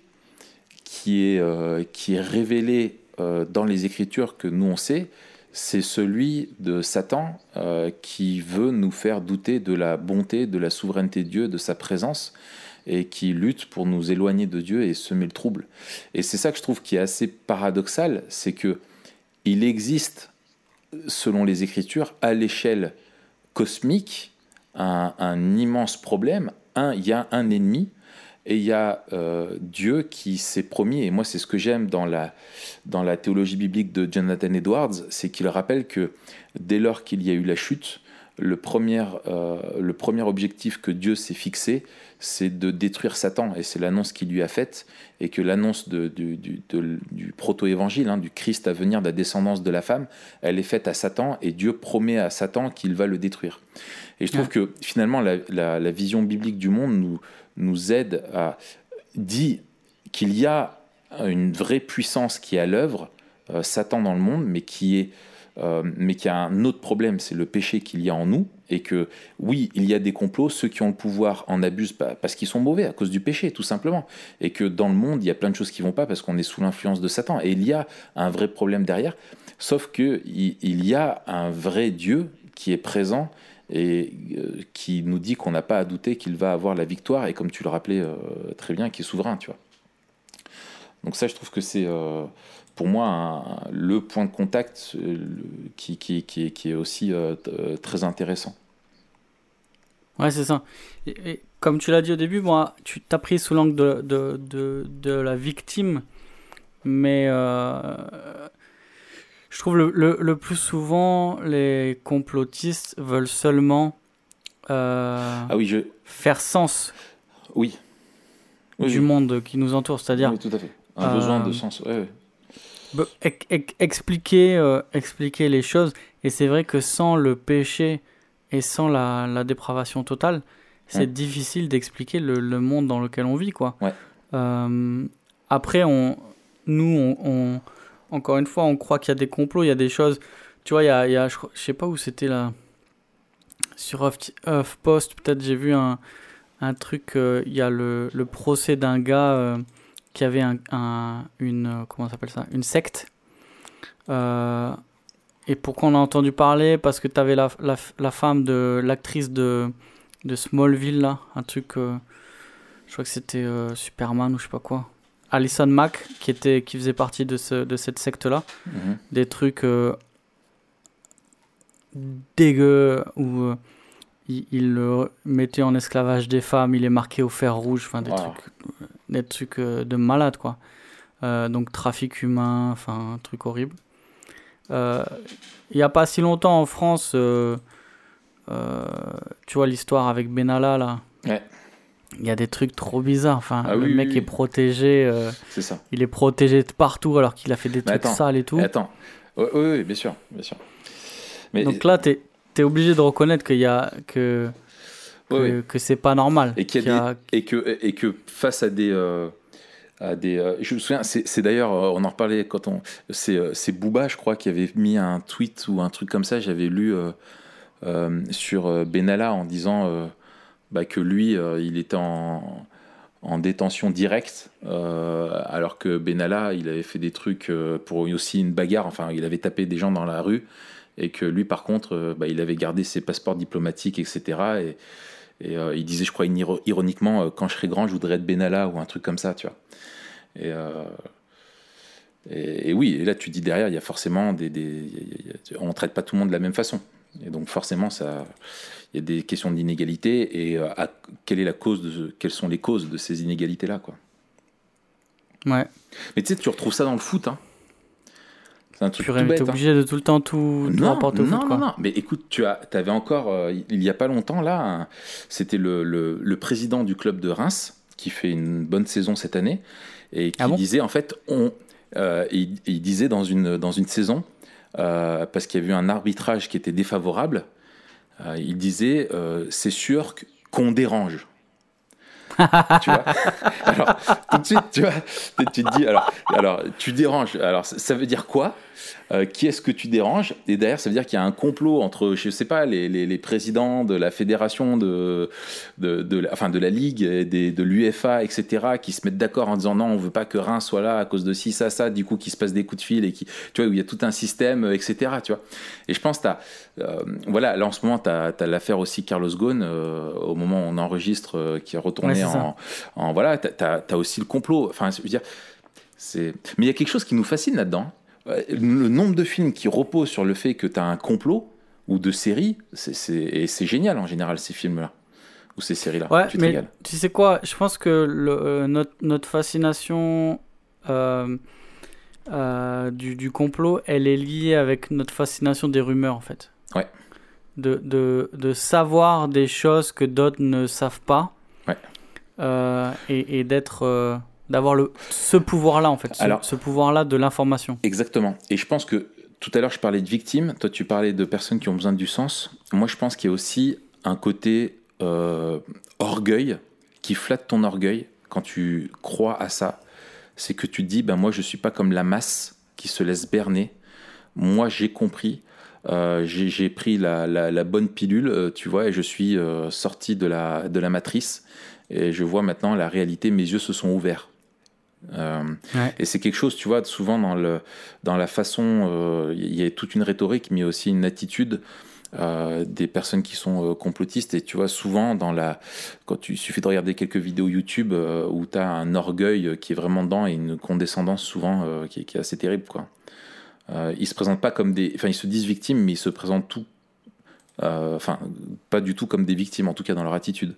qui est, euh, qui est révélée euh, dans les Écritures que nous on sait. C'est celui de Satan euh, qui veut nous faire douter de la bonté, de la souveraineté de Dieu, de sa présence, et qui lutte pour nous éloigner de Dieu et semer le trouble. Et c'est ça que je trouve qui est assez paradoxal, c'est que il existe, selon les Écritures, à l'échelle cosmique, un, un immense problème. Un, il y a un ennemi, et il y a euh, Dieu qui s'est promis, et moi c'est ce que j'aime dans la, dans la théologie biblique de Jonathan Edwards, c'est qu'il rappelle que dès lors qu'il y a eu la chute, le premier, euh, le premier objectif que Dieu s'est fixé, c'est de détruire Satan, et c'est l'annonce qu'il lui a faite, et que l'annonce de, du, du, de, du proto-évangile, hein, du Christ à venir, de la descendance de la femme, elle est faite à Satan, et Dieu promet à Satan qu'il va le détruire. Et je trouve ouais. que finalement la, la, la vision biblique du monde nous, nous aide à dire qu'il y a une vraie puissance qui est à l'œuvre, euh, Satan dans le monde, mais qui est Euh, mais qu'il y a un autre problème, c'est le péché qu'il y a en nous, et que oui, il y a des complots, ceux qui ont le pouvoir en abusent bah, parce qu'ils sont mauvais à cause du péché, tout simplement, et que dans le monde, il y a plein de choses qui ne vont pas parce qu'on est sous l'influence de Satan, et il y a un vrai problème derrière, sauf qu'il il y a un vrai Dieu qui est présent et euh, qui nous dit qu'on n'a pas à douter qu'il va avoir la victoire, et comme tu le rappelais euh, très bien, qui est souverain, tu vois. Donc ça, je trouve que c'est... Euh, pour moi, un, le point de contact euh, qui, qui, qui, qui est aussi euh, t- très intéressant. Ouais, c'est ça. Et, et comme tu l'as dit au début, moi, tu t'as pris sous l'angle de, de, de, de la victime, mais euh, je trouve le, le, le plus souvent, les complotistes veulent seulement euh, ah oui, je... faire sens oui. Oui, du oui. monde qui nous entoure, c'est-à-dire... Oui, tout à fait. Un euh, besoin de sens, ouais, ouais. Expliquer, euh, expliquer les choses, et c'est vrai que sans le péché et sans la, la dépravation totale, c'est ouais. difficile d'expliquer le, le monde dans lequel on vit, quoi. Ouais. Euh, après, on, nous, on, on, encore une fois, on croit qu'il y a des complots, il y a des choses. Tu vois, il y a, il y a je, je sais pas où c'était là, sur HuffPost, peut-être j'ai vu un, un truc. Euh, il y a le, le procès d'un gars. Euh, qui avait un, un, une, comment ça s'appelle ça, une secte. Euh, et pourquoi on a entendu parler? Parce que tu avais la, la, la femme de l'actrice de, de Smallville, là, un truc, euh, je crois que c'était euh, Superman ou je sais pas quoi. Alison Mack, qui, était, qui faisait partie de, ce, de cette secte-là. Mm-hmm. Des trucs euh, dégueux, où euh, il, il euh, mettait en esclavage des femmes, il est marqué au fer rouge, enfin des wow. trucs... des trucs de malade, quoi. Euh, donc trafic humain, enfin un truc horrible. Euh, il n'y a pas si longtemps en France, euh, euh, tu vois l'histoire avec Benalla là. Ouais. Il y a des trucs trop bizarres. Enfin, ah, le oui, mec oui, est protégé. Euh, c'est ça. Il est protégé de partout alors qu'il a fait des mais trucs attends, sales et tout. Attends. Oui, oui, oui, bien sûr, bien sûr. Mais donc là, t'es t'es obligé de reconnaître qu'il y a que que, oui, oui. que c'est pas normal. Et, qu'il y a qu'il y a... Des, et, que, et que face à des... Euh, à des euh, je me souviens, c'est, c'est d'ailleurs, on en reparlait quand on... C'est, c'est Booba, je crois, qui avait mis un tweet ou un truc comme ça, j'avais lu euh, euh, sur Benalla en disant euh, bah, que lui, euh, il était en, en détention directe, euh, alors que Benalla, il avait fait des trucs euh, pour aussi une bagarre, enfin, il avait tapé des gens dans la rue, et que lui, par contre, euh, bah, il avait gardé ses passeports diplomatiques, et cetera, et Et euh, il disait, je crois ironiquement, euh, quand je serai grand, je voudrais être Benalla ou un truc comme ça, tu vois. Et, euh, et, et oui, et là tu dis derrière, il y a forcément des, des y a, y a, on traite pas tout le monde de la même façon. Et donc forcément, ça, il y a des questions d'inégalité et euh, à, quelle est la cause de, quelles sont les causes de ces inégalités-là, quoi. Ouais. Mais tu sais, tu retrouves ça dans le foot, hein. C'est un truc Purée, tout bête. T'es obligé hein. de tout le temps tout, tout non, rapporter au non, foot, non, quoi. non. Mais écoute, tu as, avais encore, euh, il y a pas longtemps là, un, c'était le, le, le président du club de Reims qui fait une bonne saison cette année et qui Ah bon disait en fait, on, euh, il, il disait dans une dans une saison euh, parce qu'il y a eu un arbitrage qui était défavorable, euh, il disait euh, c'est sûr qu'on dérange. Tu vois. Alors tout de suite, tu vois, tu te dis alors, alors tu déranges. Alors ça veut dire quoi? Euh, qui est-ce que tu déranges? Et derrière, ça veut dire qu'il y a un complot entre, je sais pas, les, les, les présidents de la fédération, de, de, de, la, enfin de la Ligue, et des, de l'U F A, et cetera, qui se mettent d'accord en disant non, on veut pas que Reims soit là à cause de ci, ça, ça, du coup, qui se passent des coups de fil et qui, tu vois, où il y a tout un système, et cetera. Tu vois. Et je pense que t'as, euh, voilà, là en ce moment, tu as l'affaire aussi Carlos Ghosn, euh, au moment où on enregistre, euh, qui est retourné Ouais, c'est en, en. Voilà, tu as aussi le complot. Enfin, je veux dire, c'est. Mais il y a quelque chose qui nous fascine là-dedans. Le nombre de films qui reposent sur le fait que tu as un complot ou de séries, c'est, c'est, et c'est génial en général ces films-là ou ces séries-là. Ouais, tu te mais régales. tu sais quoi? Je pense que le, euh, notre, notre fascination euh, euh, du, du complot, elle est liée avec notre fascination des rumeurs, en fait. Ouais. De, de, de savoir des choses que d'autres ne savent pas. Ouais. Euh, et, et d'être... Euh, d'avoir le, ce pouvoir-là, en fait. Ce, Alors, ce pouvoir-là de l'information. Exactement. Et je pense que tout à l'heure, je parlais de victimes. Toi, tu parlais de personnes qui ont besoin du sens. Moi, je pense qu'il y a aussi un côté euh, orgueil qui flatte ton orgueil quand tu crois à ça. C'est que tu te dis, ben, moi, je ne suis pas comme la masse qui se laisse berner. Moi, j'ai compris. Euh, j'ai, j'ai pris la, la, la bonne pilule, euh, tu vois, et je suis euh, sorti de la, de la matrice. Et je vois maintenant la réalité. Mes yeux se sont ouverts. Euh, ouais. Et c'est quelque chose, tu vois, souvent dans, le, dans la façon, il euh, y a toute une rhétorique, mais aussi une attitude euh, des personnes qui sont euh, complotistes. Et tu vois, souvent, dans la, quand tu, il suffit de regarder quelques vidéos YouTube euh, où tu as un orgueil qui est vraiment dedans et une condescendance souvent euh, qui, qui est assez terrible, quoi. Euh, ils se présentent pas comme des, enfin, ils se disent victimes, mais ils se présentent tout, euh, enfin, pas du tout comme des victimes, en tout cas dans leur attitude.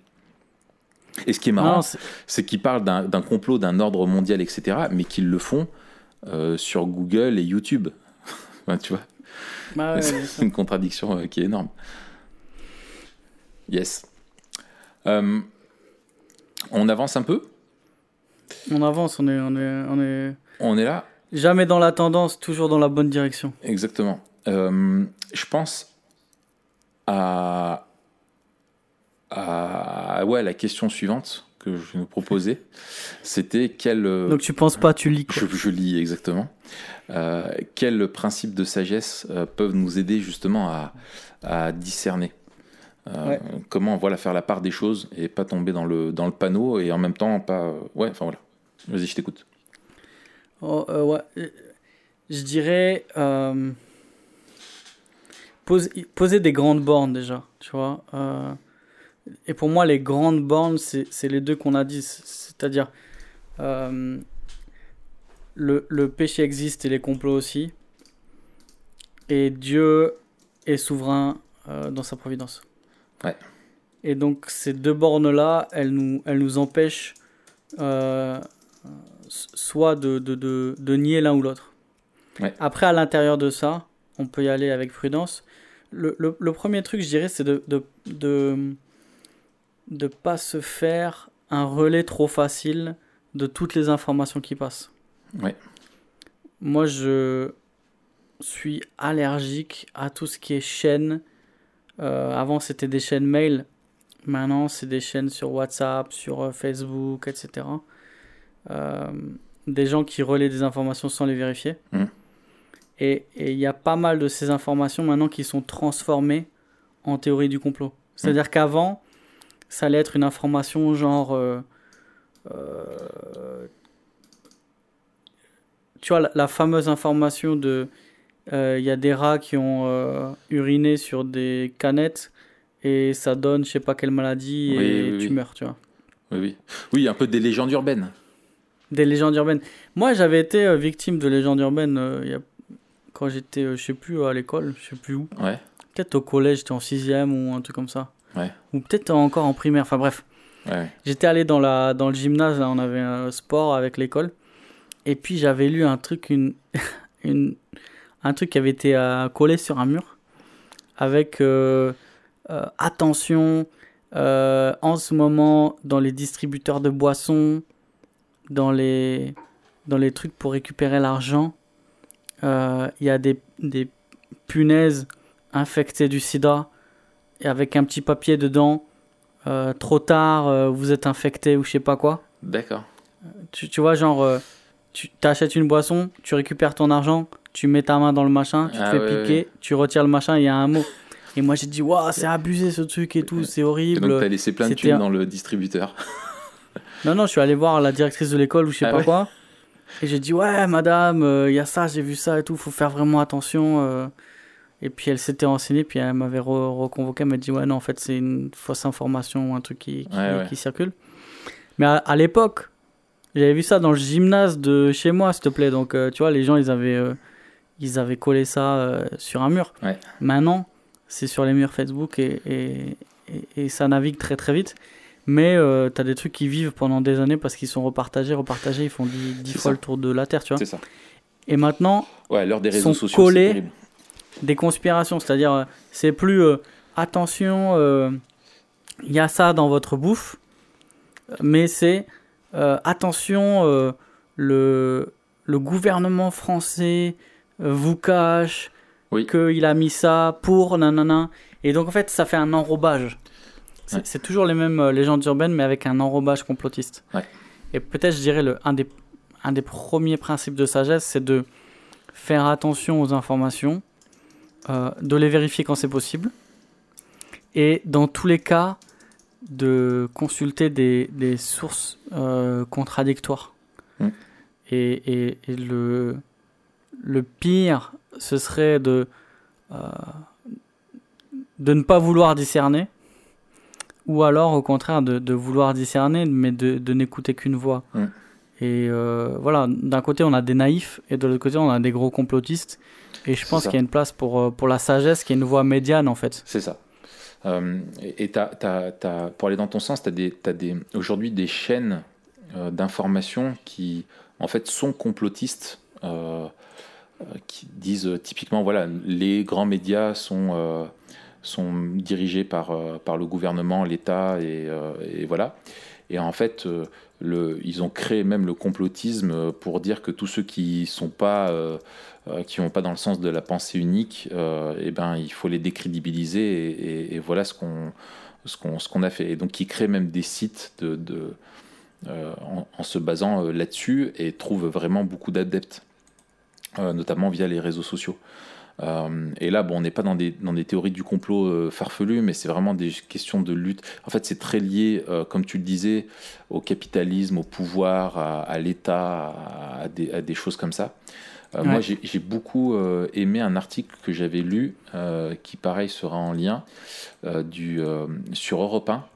Et ce qui est marrant, non, c'est... c'est qu'ils parlent d'un, d'un complot, d'un ordre mondial, et cetera, mais qu'ils le font euh, sur Google et YouTube. Enfin, tu vois, bah ouais, c'est c'est une contradiction euh, qui est énorme. Yes. Euh, on avance un peu. On avance, on est, on est, on est. On est là. Jamais dans la tendance, toujours dans la bonne direction. Exactement. Euh, je pense à. À, ouais, la question suivante que je vais nous proposer, c'était quel... Donc tu penses pas, tu lis, quoi. Je, je lis, exactement. Euh, quels principes de sagesse euh, peuvent nous aider justement à, à discerner euh, ouais. Comment, voilà, faire la part des choses et pas tomber dans le, dans le panneau et en même temps pas... Euh, ouais, enfin voilà. Vas-y, je t'écoute. Oh, euh, ouais. Je dirais... Euh, pose, poser des grandes bornes déjà, tu vois. Euh, Et pour moi, les grandes bornes, c'est, c'est les deux qu'on a dit. C'est-à-dire, euh, le, le péché existe et les complots aussi. Et Dieu est souverain euh, dans sa providence. Ouais. Et donc, ces deux bornes-là, elles nous, elles nous empêchent euh, soit de, de, de, de nier l'un ou l'autre. Ouais. Après, à l'intérieur de ça, on peut y aller avec prudence. Le, le, le premier truc, je dirais, c'est de... de, de de pas se faire un relais trop facile de toutes les informations qui passent. Ouais. Moi, je suis allergique à tout ce qui est chaîne. Euh, avant, c'était des chaînes mail. Maintenant, c'est des chaînes sur WhatsApp, sur euh, Facebook, et cetera. Euh, des gens qui relaient des informations sans les vérifier. Mmh. Et il y a pas mal de ces informations maintenant qui sont transformées en théorie du complot. C'est-à-dire mmh. qu'avant, ça allait être une information genre... Euh, euh, tu vois, la, la fameuse information de... Il euh, y a des rats qui ont euh, uriné sur des canettes et ça donne je sais pas quelle maladie et oui, oui, tu oui. meurs, tu vois. Oui, oui. Oui, un peu des légendes urbaines. des légendes urbaines. Moi, j'avais été euh, victime de légendes urbaines euh, il y a... quand j'étais, euh, je sais plus, à l'école, je sais plus où. Ouais. Peut-être au collège, j'étais en sixième ou un truc comme ça. Ouais. Ou peut-être encore en primaire, enfin bref. Ouais. J'étais allé dans, la, dans le gymnase, là, on avait un sport avec l'école. Et puis j'avais lu un truc, une, une, un truc qui avait été euh, collé sur un mur avec euh, euh, attention, euh, en ce moment, dans les distributeurs de boissons, dans les, dans les trucs pour récupérer l'argent, il euh, y a des, des punaises infectées du sida, et avec un petit papier dedans. Euh, trop tard, euh, vous êtes infecté ou je sais pas quoi. D'accord. Tu, tu vois, genre, euh, tu t'achètes une boisson, tu récupères ton argent, tu mets ta main dans le machin, tu te Ah, fais ouais, piquer, ouais. tu retires le machin, il y a un mot. Et moi j'ai dit, waouh, c'est abusé ce truc et tout, c'est Et horrible. donc, t'as laissé plein de C'était thunes un- dans le distributeur. Non, non, je suis allé voir la directrice de l'école ou je sais Ah pas ouais. quoi. Et j'ai dit, ouais, madame, il y a ça, j'ai vu ça et tout, faut faire vraiment attention. euh. Et puis elle s'était renseignée, puis elle m'avait re- reconvoqué, elle m'a dit, ouais, non, en fait, c'est une fausse information ou un truc qui, qui, Ouais, ouais. qui circule. Mais à, à l'époque, j'avais vu ça dans le gymnase de chez moi, s'il te plaît. Donc, euh, tu vois, les gens, ils avaient, euh, ils avaient collé ça euh, sur un mur. Ouais. Maintenant, c'est sur les murs Facebook et, et, et, et ça navigue très très vite. Mais euh, t'as des trucs qui vivent pendant des années parce qu'ils sont repartagés, repartagés, ils font dix, dix C'est fois ça. le tour de la Terre, tu vois. C'est ça. Et maintenant, Ouais, l'heure des Sont réseaux sociaux, collés. c'est terrible. des conspirations, c'est-à-dire, euh, c'est plus euh, attention, euh, il y a ça dans votre bouffe, mais c'est euh, attention, euh, le, le gouvernement français euh, vous cache Oui. qu'il a mis ça pour nanana. Et donc en fait, ça fait un enrobage. C'est, Ouais. c'est toujours les mêmes euh, légendes urbaines, mais avec un enrobage complotiste. Ouais. Et peut-être, je dirais, le, un, des, un des premiers principes de sagesse, c'est de faire attention aux informations, euh, de les vérifier quand c'est possible, et dans tous les cas, de consulter des, des sources euh, contradictoires. Mm. Et, et, et le, le pire, ce serait de, euh, de ne pas vouloir discerner, ou alors au contraire de, de vouloir discerner, mais de, de n'écouter qu'une voix. Mm. Et euh, voilà, d'un côté on a des naïfs, et de l'autre côté on a des gros complotistes. Et je C'est pense ça. qu'il y a une place pour, euh, pour la sagesse, qui est une voie médiane en fait. C'est ça. Euh, et et t'as, t'as, t'as- pour aller dans ton sens, tu as des, t'as des, aujourd'hui des chaînes euh, d'information qui, en fait, sont complotistes, euh, euh, qui disent euh, typiquement, voilà, les grands médias sont, euh, sont dirigés par, euh, par le gouvernement, l'État, et, euh, et voilà. Et en fait, euh, le, ils ont créé même le complotisme euh, pour dire que tous ceux qui sont pas euh, euh, qui vont pas dans le sens de la pensée unique, euh, eh ben, il faut les décrédibiliser, et, et- et voilà ce qu'on, ce qu'on, ce qu'on a fait. Et donc, ils créent même des sites de, de, euh, en, en se basant euh, là-dessus, et trouvent vraiment beaucoup d'adeptes, euh, notamment via les réseaux sociaux. Euh, et là, bon, on n'est pas dans des, dans des théories du complot euh, farfelues, mais c'est vraiment des questions de lutte. En fait, c'est très lié, euh, comme tu le disais, au capitalisme, au pouvoir, à, à l'État, à, à des, à des choses comme ça. Euh, Ouais. Moi, j'ai j'ai beaucoup euh, aimé un article que j'avais lu, euh, qui pareil sera en lien, euh, du, euh, sur Europe un,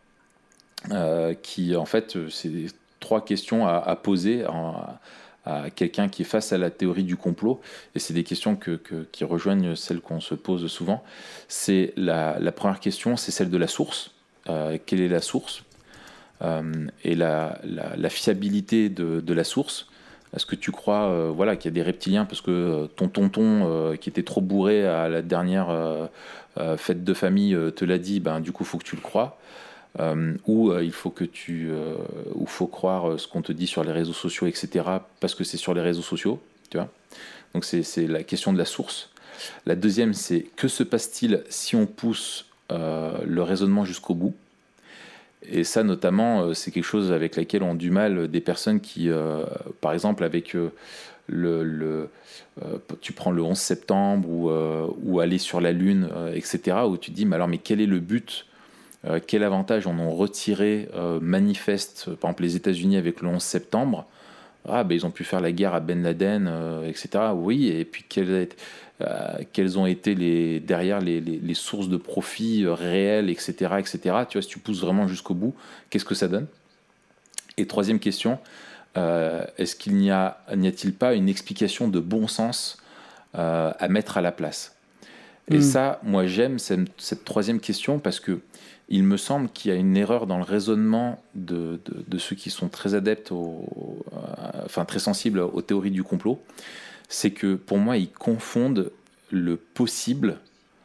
euh, qui en fait, euh, c'est trois questions à, à poser en- à quelqu'un qui est face à la théorie du complot, et c'est des questions que, que- qui rejoignent celles qu'on se pose souvent. C'est la, la première question, c'est celle de la source. Euh, quelle est la source? Euh, et la, la- la fiabilité de, de la source. Est-ce que tu crois euh, voilà, qu'il y a des reptiliens parce que euh, ton tonton euh, qui était trop bourré à la dernière euh, euh, fête de famille euh, te l'a dit, ben, du coup, il faut que tu le crois. Euh, ou euh, il faut que tu euh, ou faut croire euh, ce qu'on te dit sur les réseaux sociaux, et cetera, parce que c'est sur les réseaux sociaux, tu vois. Donc c'est, c'est la question de la source. La deuxième, c'est que se passe-t-il si on pousse euh, le raisonnement jusqu'au bout? Et ça, notamment, euh, c'est quelque chose avec laquelle ont du mal des personnes qui, euh, par exemple, avec euh, le, le euh, tu prends le onze septembre, ou, euh, ou aller sur la Lune, euh, et cetera, où tu te dis, mais alors, mais quel est le but? Euh, quel avantage en ont retiré euh, manifeste, par exemple, les États-Unis avec le onze septembre? Ah, ben, ils ont pu faire la guerre à Ben Laden, euh, et cetera. Oui, et puis quelles, euh, quelles ont été les, derrière les, les, les sources de profit euh, réelles, et cetera, et cetera. Tu vois, si tu pousses vraiment jusqu'au bout, qu'est-ce que ça donne? Et troisième question, euh, est-ce qu'il n'y a, n'y a-t-il pas une explication de bon sens euh, à mettre à la place? Et mmh. ça, moi j'aime cette, cette troisième question parce que il me semble qu'il y a une erreur dans le raisonnement de, de, de ceux qui sont très adeptes, au, euh, enfin très sensibles aux théories du complot. C'est que pour moi, ils confondent le possible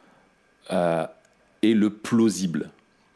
euh, et le plausible.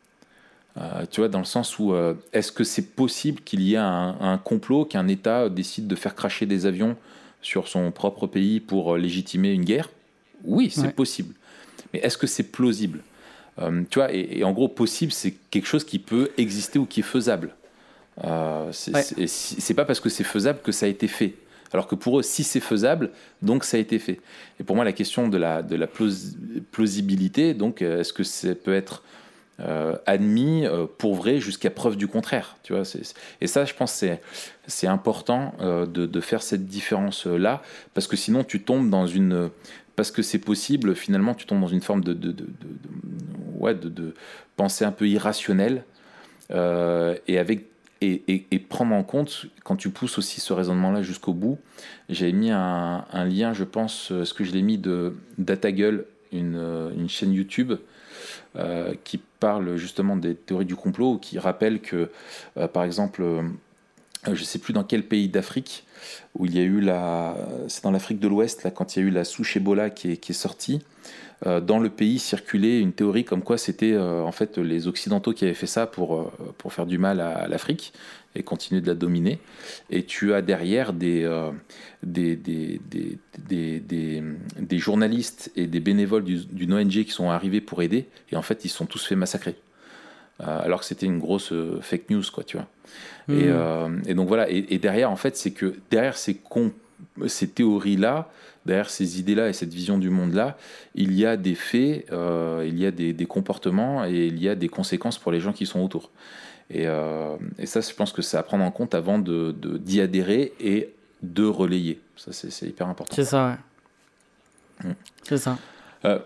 Euh, tu vois, dans le sens où euh, est-ce que c'est possible qu'il y ait un, un complot, qu'un État décide de faire cracher des avions sur son propre pays pour légitimer une guerre? Oui, c'est ouais. possible. Mais est-ce que c'est plausible? Euh, tu vois, et, et en gros, possible, c'est quelque chose qui peut exister ou qui est faisable. Euh, c'est, ouais. c'est, c'est pas parce que c'est faisable que ça a été fait. Alors que pour eux, si c'est faisable, donc ça a été fait. Et pour moi, la question de la, de la plausibilité, donc, est-ce que ça peut être euh, admis euh, pour vrai jusqu'à preuve du contraire, tu vois, c'est, c'est, et ça, je pense, c'est, c'est important euh, de, de faire cette différence-là, parce que sinon, tu tombes dans une... Parce que c'est possible, finalement, tu tombes dans une forme de, de, de, de, de, ouais, de, de pensée un peu irrationnelle, euh, et, avec, et, et, et prendre en compte, quand tu pousses aussi ce raisonnement-là jusqu'au bout, j'avais mis un, un lien, je pense, ce que je l'ai mis de Datagueule, une, une chaîne YouTube, euh, qui parle justement des théories du complot, qui rappelle que, euh, par exemple, euh, je ne sais plus dans quel pays d'Afrique, où il y a eu la... C'est dans l'Afrique de l'Ouest, là, quand il y a eu la souche Ebola qui est, qui est sortie, euh, dans le pays circulait une théorie comme quoi c'était euh, en fait les Occidentaux qui avaient fait ça pour, euh, pour faire du mal à, à l'Afrique et continuer de la dominer. Et tu as derrière des, euh, des, des, des, des, des, des journalistes et des bénévoles du, d'une O N G qui sont arrivés pour aider, et en fait ils se sont tous fait massacrer. Euh, alors que c'était une grosse euh, fake news, quoi, tu vois. Mmh. Et, euh, et donc voilà, et, et derrière, en fait, c'est que derrière ces, com- ces théories-là, derrière ces idées-là et cette vision du monde-là, il y a des faits, euh, il y a des, des comportements et il y a des conséquences pour les gens qui sont autour. Et, euh, et ça, je pense que c'est à prendre en compte avant de, de, d'y adhérer et de relayer. Ça, c'est, c'est hyper important. C'est ça, ouais. Mmh. C'est ça. Euh,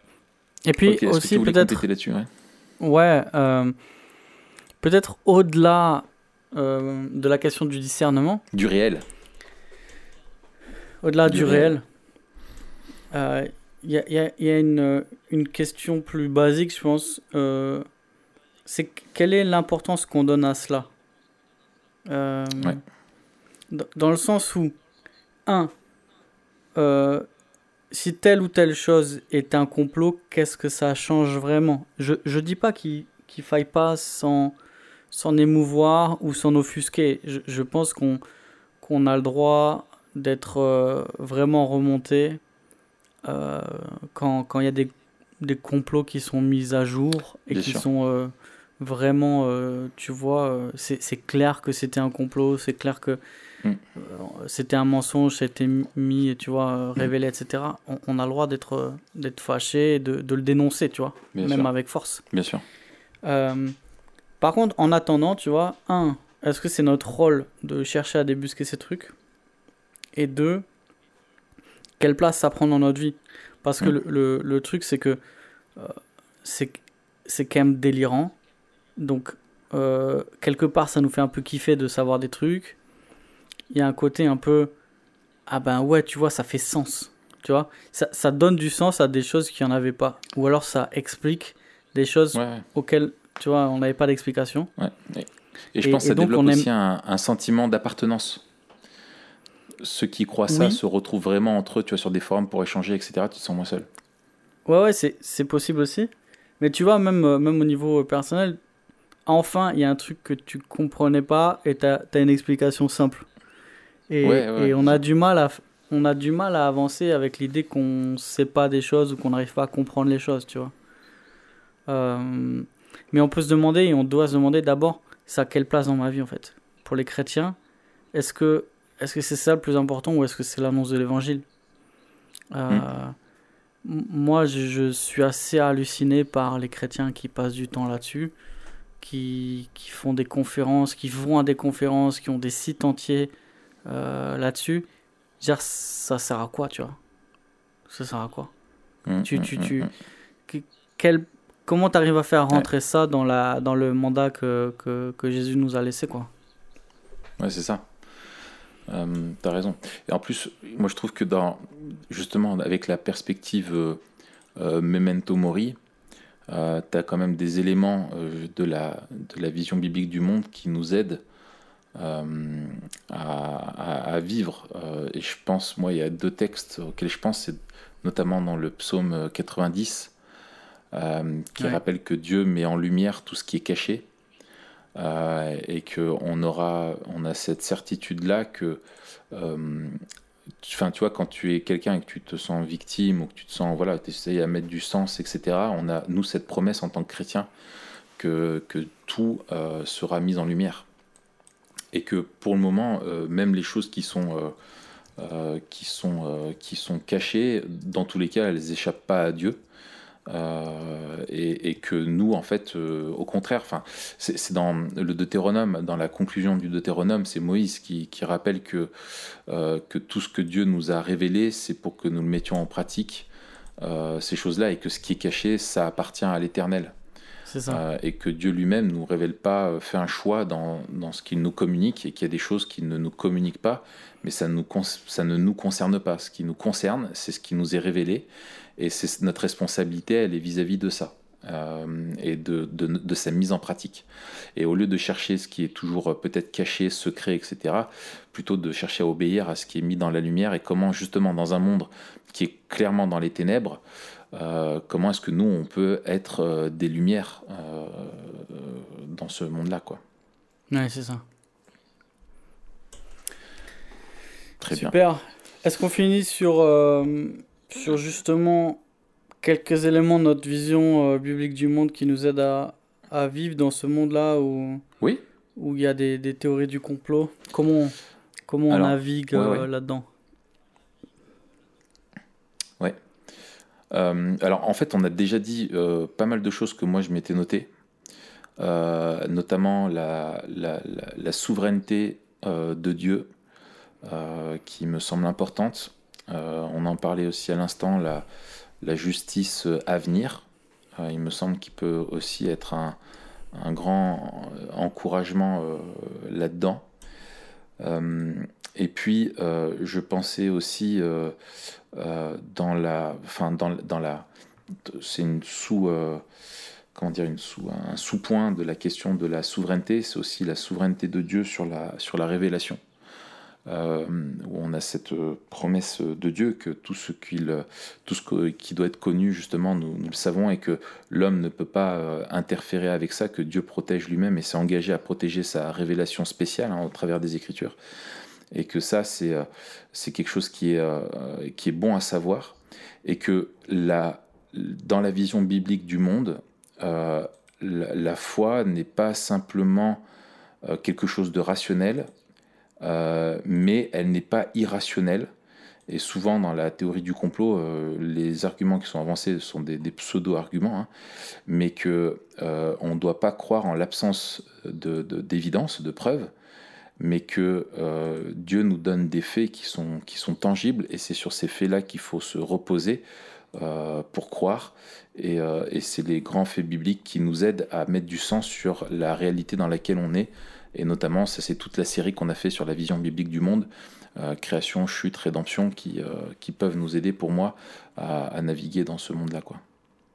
et puis okay, aussi, peut-être... là-dessus, ouais. Ouais, euh, peut-être au-delà euh, de la question du discernement. Du réel. Au-delà du, du réel. Il euh, y a, y a, y a une, une question plus basique, je pense. Euh, c'est quelle est l'importance qu'on donne à cela euh, ouais. d- Dans le sens où, un, euh, si telle ou telle chose est un complot, qu'est-ce que ça change vraiment? Je ne dis pas qu'il qu'il faille pas s'en, s'en émouvoir ou s'en offusquer. Je, je pense qu'on, qu'on a le droit d'être euh, vraiment remonté euh, quand il y a des, des complots qui sont mis à jour et Bien qui sûr. sont euh, vraiment, euh, tu vois, euh, c'est, c'est clair que c'était un complot, c'est clair que mm. euh, c'était un mensonge, c'était mis, tu vois, euh, révélé, mm. et cetera. On, on a le droit d'être, d'être fâché, de, de le dénoncer, tu vois, Bien même sûr. avec force. Bien sûr. Euh, par contre, en attendant, tu vois, un, est-ce que c'est notre rôle de chercher à débusquer ces trucs? Et deux, quelle place ça prend dans notre vie? Parce que mmh. le, le, le truc, c'est que euh, c'est, c'est quand même délirant. Donc, euh, quelque part, ça nous fait un peu kiffer de savoir des trucs. Il y a un côté un peu... Ah ben ouais, tu vois, ça fait sens. Tu vois, ça, ça donne du sens à des choses qui n'en avaient pas. Ou alors, ça explique des choses ouais. auxquelles, tu vois, on n'avait pas d'explication. Ouais. Et, et je et, pense que ça développe aussi aime... un, un sentiment d'appartenance. Ceux qui croient ça oui. se retrouvent vraiment entre eux, tu vois, sur des forums pour échanger, et cetera. Tu te sens moins seul. Ouais, ouais, c'est, c'est possible aussi. Mais tu vois, même, euh, même au niveau personnel, enfin, il y a un truc que tu comprenais pas et tu as une explication simple. Et, ouais, ouais, et on, a du mal à, on a du mal à avancer avec l'idée qu'on sait pas des choses ou qu'on n'arrive pas à comprendre les choses, tu vois. Euh, mais on peut se demander, et on doit se demander d'abord, ça a quelle place dans ma vie, en fait? Pour les chrétiens, est-ce que Est-ce que c'est ça le plus important ou est-ce que c'est l'annonce de l'évangile? euh, mmh. Moi, je, je suis assez halluciné par les chrétiens qui passent du temps là-dessus, qui, qui font des conférences, qui vont à des conférences, qui ont des sites entiers euh, là-dessus. Je veux dire, ça sert à quoi, tu vois? Ça sert à quoi? mmh, tu, tu, tu, mmh. quel, Comment tu arrives à faire rentrer ouais. ça dans, la, dans le mandat que, que, que Jésus nous a laissé, quoi? Ouais, c'est ça. Euh, t'as raison. Et en plus, moi je trouve que dans, justement, avec la perspective euh, euh, Memento Mori, euh, t'as quand même des éléments euh, de la, de la vision biblique du monde qui nous aident euh, à, à- à vivre. Euh, et je pense, moi, il y a deux textes auxquels je pense, c'est notamment dans le psaume quatre-vingt-dix, euh, qui Ouais. rappelle que Dieu met en lumière tout ce qui est caché. Euh, et qu'on aura, on a cette certitude-là que, euh, enfin, tu vois, quand tu es quelqu'un et que tu te sens victime ou que tu te sens, voilà, tu essayes à mettre du sens, et cetera, on a, nous, cette promesse en tant que chrétien que, que tout euh, sera mis en lumière. Et que pour le moment, euh, même les choses qui sont, euh, euh, qui, sont, euh, qui sont cachées, dans tous les cas, elles échappent pas à Dieu. Euh, et, et que nous, en fait, euh, au contraire, enfin, c'est c'est dans le Deutéronome, dans la conclusion du Deutéronome, c'est Moïse qui, qui rappelle que, euh, que tout ce que Dieu nous a révélé, c'est pour que nous le mettions en pratique, euh, ces choses-là, et que ce qui est caché, ça appartient à l'Éternel. C'est ça. Euh, et que Dieu lui-même nous révèle pas, euh, fait un choix dans, dans ce qu'il nous communique, et qu'il y a des choses qui ne nous communiquent pas, mais ça, nous, ça ne nous concerne pas. Ce qui nous concerne, c'est ce qui nous est révélé, et c'est notre responsabilité, elle est vis-à-vis de ça, euh, et de, de, de sa mise en pratique. Et au lieu de chercher ce qui est toujours peut-être caché, secret, et cetera, plutôt de chercher à obéir à ce qui est mis dans la lumière, et comment justement dans un monde qui est clairement dans les ténèbres, euh, comment est-ce que nous, on peut être euh, des lumières euh, dans ce monde-là, quoi. Ouais, c'est ça. Très bien. Super. Est-ce qu'on finit sur, euh, sur justement quelques éléments de notre vision euh, biblique du monde qui nous aident à, à vivre dans ce monde-là où Oui. où il y a des, des théories du complot? Comment on, comment on Alors, navigue ouais, euh, ouais. là-dedans? Ouais. Euh, alors, en fait, on a déjà dit euh, pas mal de choses que moi je m'étais noté, euh, notamment la, la, la, la souveraineté euh, de Dieu, euh, qui me semble importante. Euh, on en parlait aussi à l'instant, la, la justice à venir. Euh, il me semble qu'il peut aussi être un, un grand encouragement euh, là-dedans. Euh, et puis, euh, je pensais aussi euh, euh, dans la, enfin dans, dans la, c'est une sous, euh, comment dire, une sous, un sous-point de la question de la souveraineté. C'est aussi la souveraineté de Dieu sur la, sur la révélation. Euh, où on a cette euh, promesse de Dieu que tout ce, qu'il, tout ce que, qui doit être connu, justement, nous, nous le savons, et que l'homme ne peut pas euh, interférer avec ça, que Dieu protège lui-même et s'est engagé à protéger sa révélation spéciale, hein, au travers des Écritures. Et que ça, c'est, euh, c'est quelque chose qui est, euh, qui est bon à savoir, et que la, dans la vision biblique du monde, euh, la, la foi n'est pas simplement euh, quelque chose de rationnel, Euh, mais elle n'est pas irrationnelle. Et souvent, dans la théorie du complot, euh, les arguments qui sont avancés sont des, des pseudo-arguments, hein, mais que euh, on ne doit pas croire en l'absence de, de, d'évidence, de preuves, mais que euh, Dieu nous donne des faits qui sont, qui sont tangibles, et c'est sur ces faits-là qu'il faut se reposer euh, pour croire. Et, euh, et c'est les grands faits bibliques qui nous aident à mettre du sens sur la réalité dans laquelle on est. Et notamment, ça, c'est toute la série qu'on a fait sur la vision biblique du monde, euh, création, chute, rédemption, qui, euh, qui peuvent nous aider, pour moi, à, à naviguer dans ce monde-là, quoi.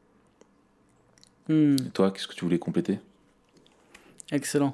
Hmm, Et toi, qu'est-ce que tu voulais compléter? excellent.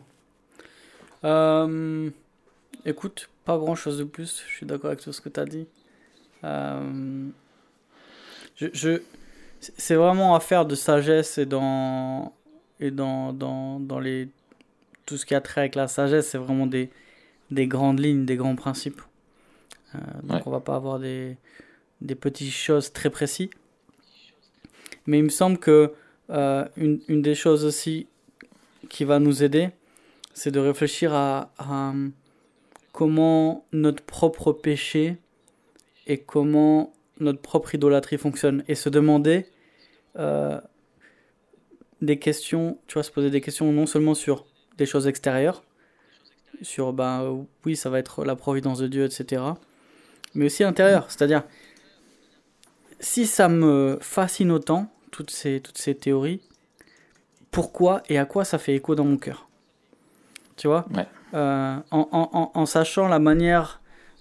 Euh, écoute, pas grand-chose de plus. Je suis d'accord avec tout ce que tu as dit. Euh, je, je, c'est vraiment affaire de sagesse, et dans, et dans, dans, dans les, tout ce qui a trait avec la sagesse, c'est vraiment des, des grandes lignes, des grands principes. Euh, donc Ouais. on va pas avoir des, des petites choses très précises. Mais il me semble que euh, une, une des choses aussi qui va nous aider, c'est de réfléchir à, à comment notre propre péché et comment notre propre idolâtrie fonctionne, et se demander euh, des questions, tu vois, se poser des questions non seulement sur des choses extérieures, sur, ben oui, ça va être la providence de Dieu, et cetera, mais aussi intérieures, c'est-à-dire, si ça me fascine autant, toutes ces, toutes ces théories, pourquoi et à quoi ça fait écho dans mon cœur? Tu vois, Ouais. euh, en, en, en, en sachant la manière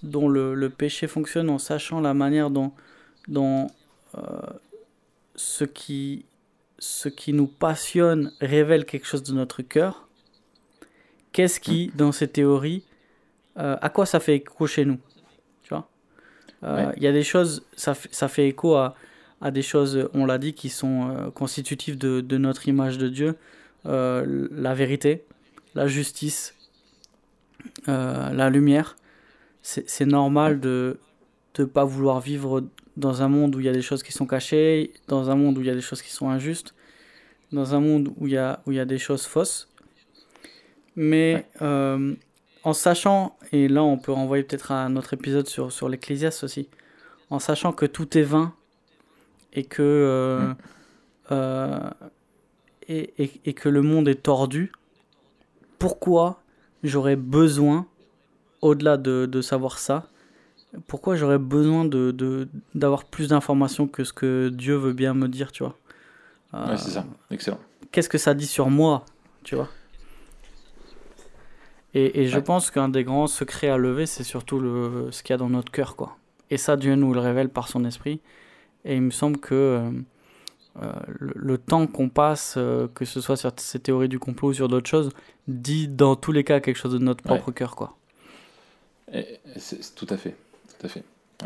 dont le, le péché fonctionne, en sachant la manière dont, dont euh, ce, qui, ce qui nous passionne révèle quelque chose de notre cœur, qu'est-ce qui, dans ces théories, euh, à quoi ça fait écho chez nous, tu vois? Euh, Ouais. Il y a des choses, ça, fait- ça fait écho à, à des choses, on l'a dit, qui sont euh, constitutives de, de notre image de Dieu. Euh, la vérité, la justice, euh, la lumière. C'est, c'est normal de ne pas vouloir vivre dans un monde où il y a des choses qui sont cachées, dans un monde où il y a des choses qui sont injustes, dans un monde où il y a, où il y a des choses fausses. Mais euh, en sachant, et là on peut renvoyer peut-être à un autre épisode sur, sur l'Ecclésiaste aussi, en sachant que tout est vain et que, euh, Mm. euh, et, et, et que le monde est tordu, pourquoi j'aurais besoin, au-delà de, de savoir ça, pourquoi j'aurais besoin de, de, d'avoir plus d'informations que ce que Dieu veut bien me dire, tu vois? Euh, Ouais, c'est ça. Excellent. Qu'est-ce que ça dit sur moi, tu vois? Et, et je Ouais. pense qu'un des grands secrets à lever, c'est surtout le, ce qu'il y a dans notre cœur, quoi. Et ça, Dieu nous le révèle par son esprit. Et il me semble que euh, euh, le, le temps qu'on passe, euh, que ce soit sur ces théories du complot ou sur d'autres choses, dit dans tous les cas quelque chose de notre propre Ouais. cœur, quoi. Et- et c'est, c'est tout à fait. Tout à fait. Ouais.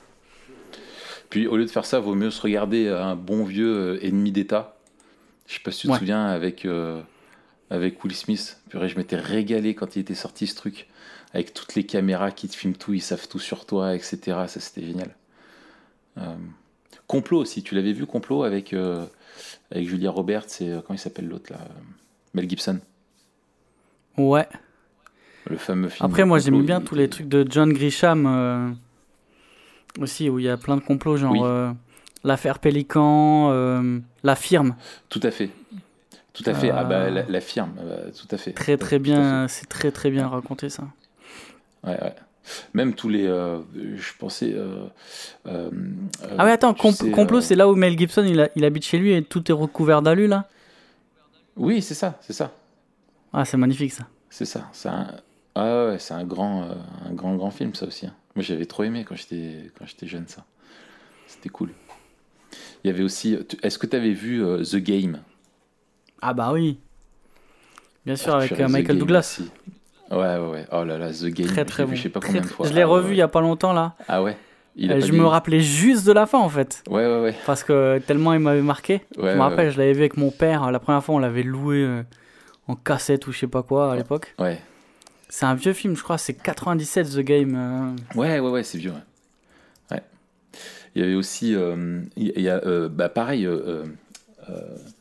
Puis au lieu de faire ça, vaut mieux se regarder un bon vieux euh, Ennemi d'État. Je sais pas si tu te Ouais. souviens avec, euh, avec Will Smith. Purée, je m'étais régalé quand il était sorti ce truc. Avec toutes les caméras qui te filment tout, ils savent tout sur toi, et cetera. Ça, c'était génial. Euh, Complot aussi, tu l'avais vu Complot avec, euh, avec Julia Roberts et euh, comment il s'appelle l'autre là, euh, Mel Gibson, Ouais. le fameux film. Après, moi, Complot, j'aime bien il tous les était- trucs de John Grisham euh, aussi, où il y a plein de complots, genre Oui. euh, l'affaire Pélican, euh, la firme. Tout à fait. Tout à fait. Ah bah Euh, la, la firme, euh, tout à fait. Très, très Tout à bien, c'est très, très bien raconté, ça. fait. Ouais, ouais. Même tous les, euh, je pensais. euh, euh, euh, Ah ouais, attends, tu com- sais, complot, euh, c'est là où Mel Gibson, il, a- il habite chez lui et tout est recouvert d'alu, là? Oui, c'est ça, c'est ça, Ah, c'est magnifique, ça. c'est ça. C'est un, ah ouais, c'est un grand, euh, un grand, grand film ça aussi, hein. Moi j'avais trop aimé quand j'étais, quand j'étais jeune ça. C'était cool. Il y avait aussi. tu- Est-ce que tu avais vu euh, The Game? Ah bah oui. Bien sûr, Ah, avec purée, euh, The Michael Game Douglas. aussi. Ouais, ouais, ouais. Oh là là, The Game. Très, je très l'ai bon. vu, je sais pas Très, combien de très- fois. Je l'ai Ah ouais, revu il ouais. y a pas longtemps, là. Ah ouais. Il a Euh, pas je me vieilli. rappelais juste de la fin, en fait. Ouais, ouais, ouais. Parce que tellement il m'avait marqué. Ouais, je ouais, me rappelle, ouais. je l'avais vu avec mon père. La première fois, on l'avait loué euh, en cassette ou je sais pas quoi à l'époque. Ouais, C'est un vieux film, je crois. C'est quatre-vingt-dix-sept, The Game. euh. ouais, ouais, ouais, c'est vieux. Ouais. Ouais. Il y avait aussi, euh, il il y a, euh, bah pareil, euh, euh,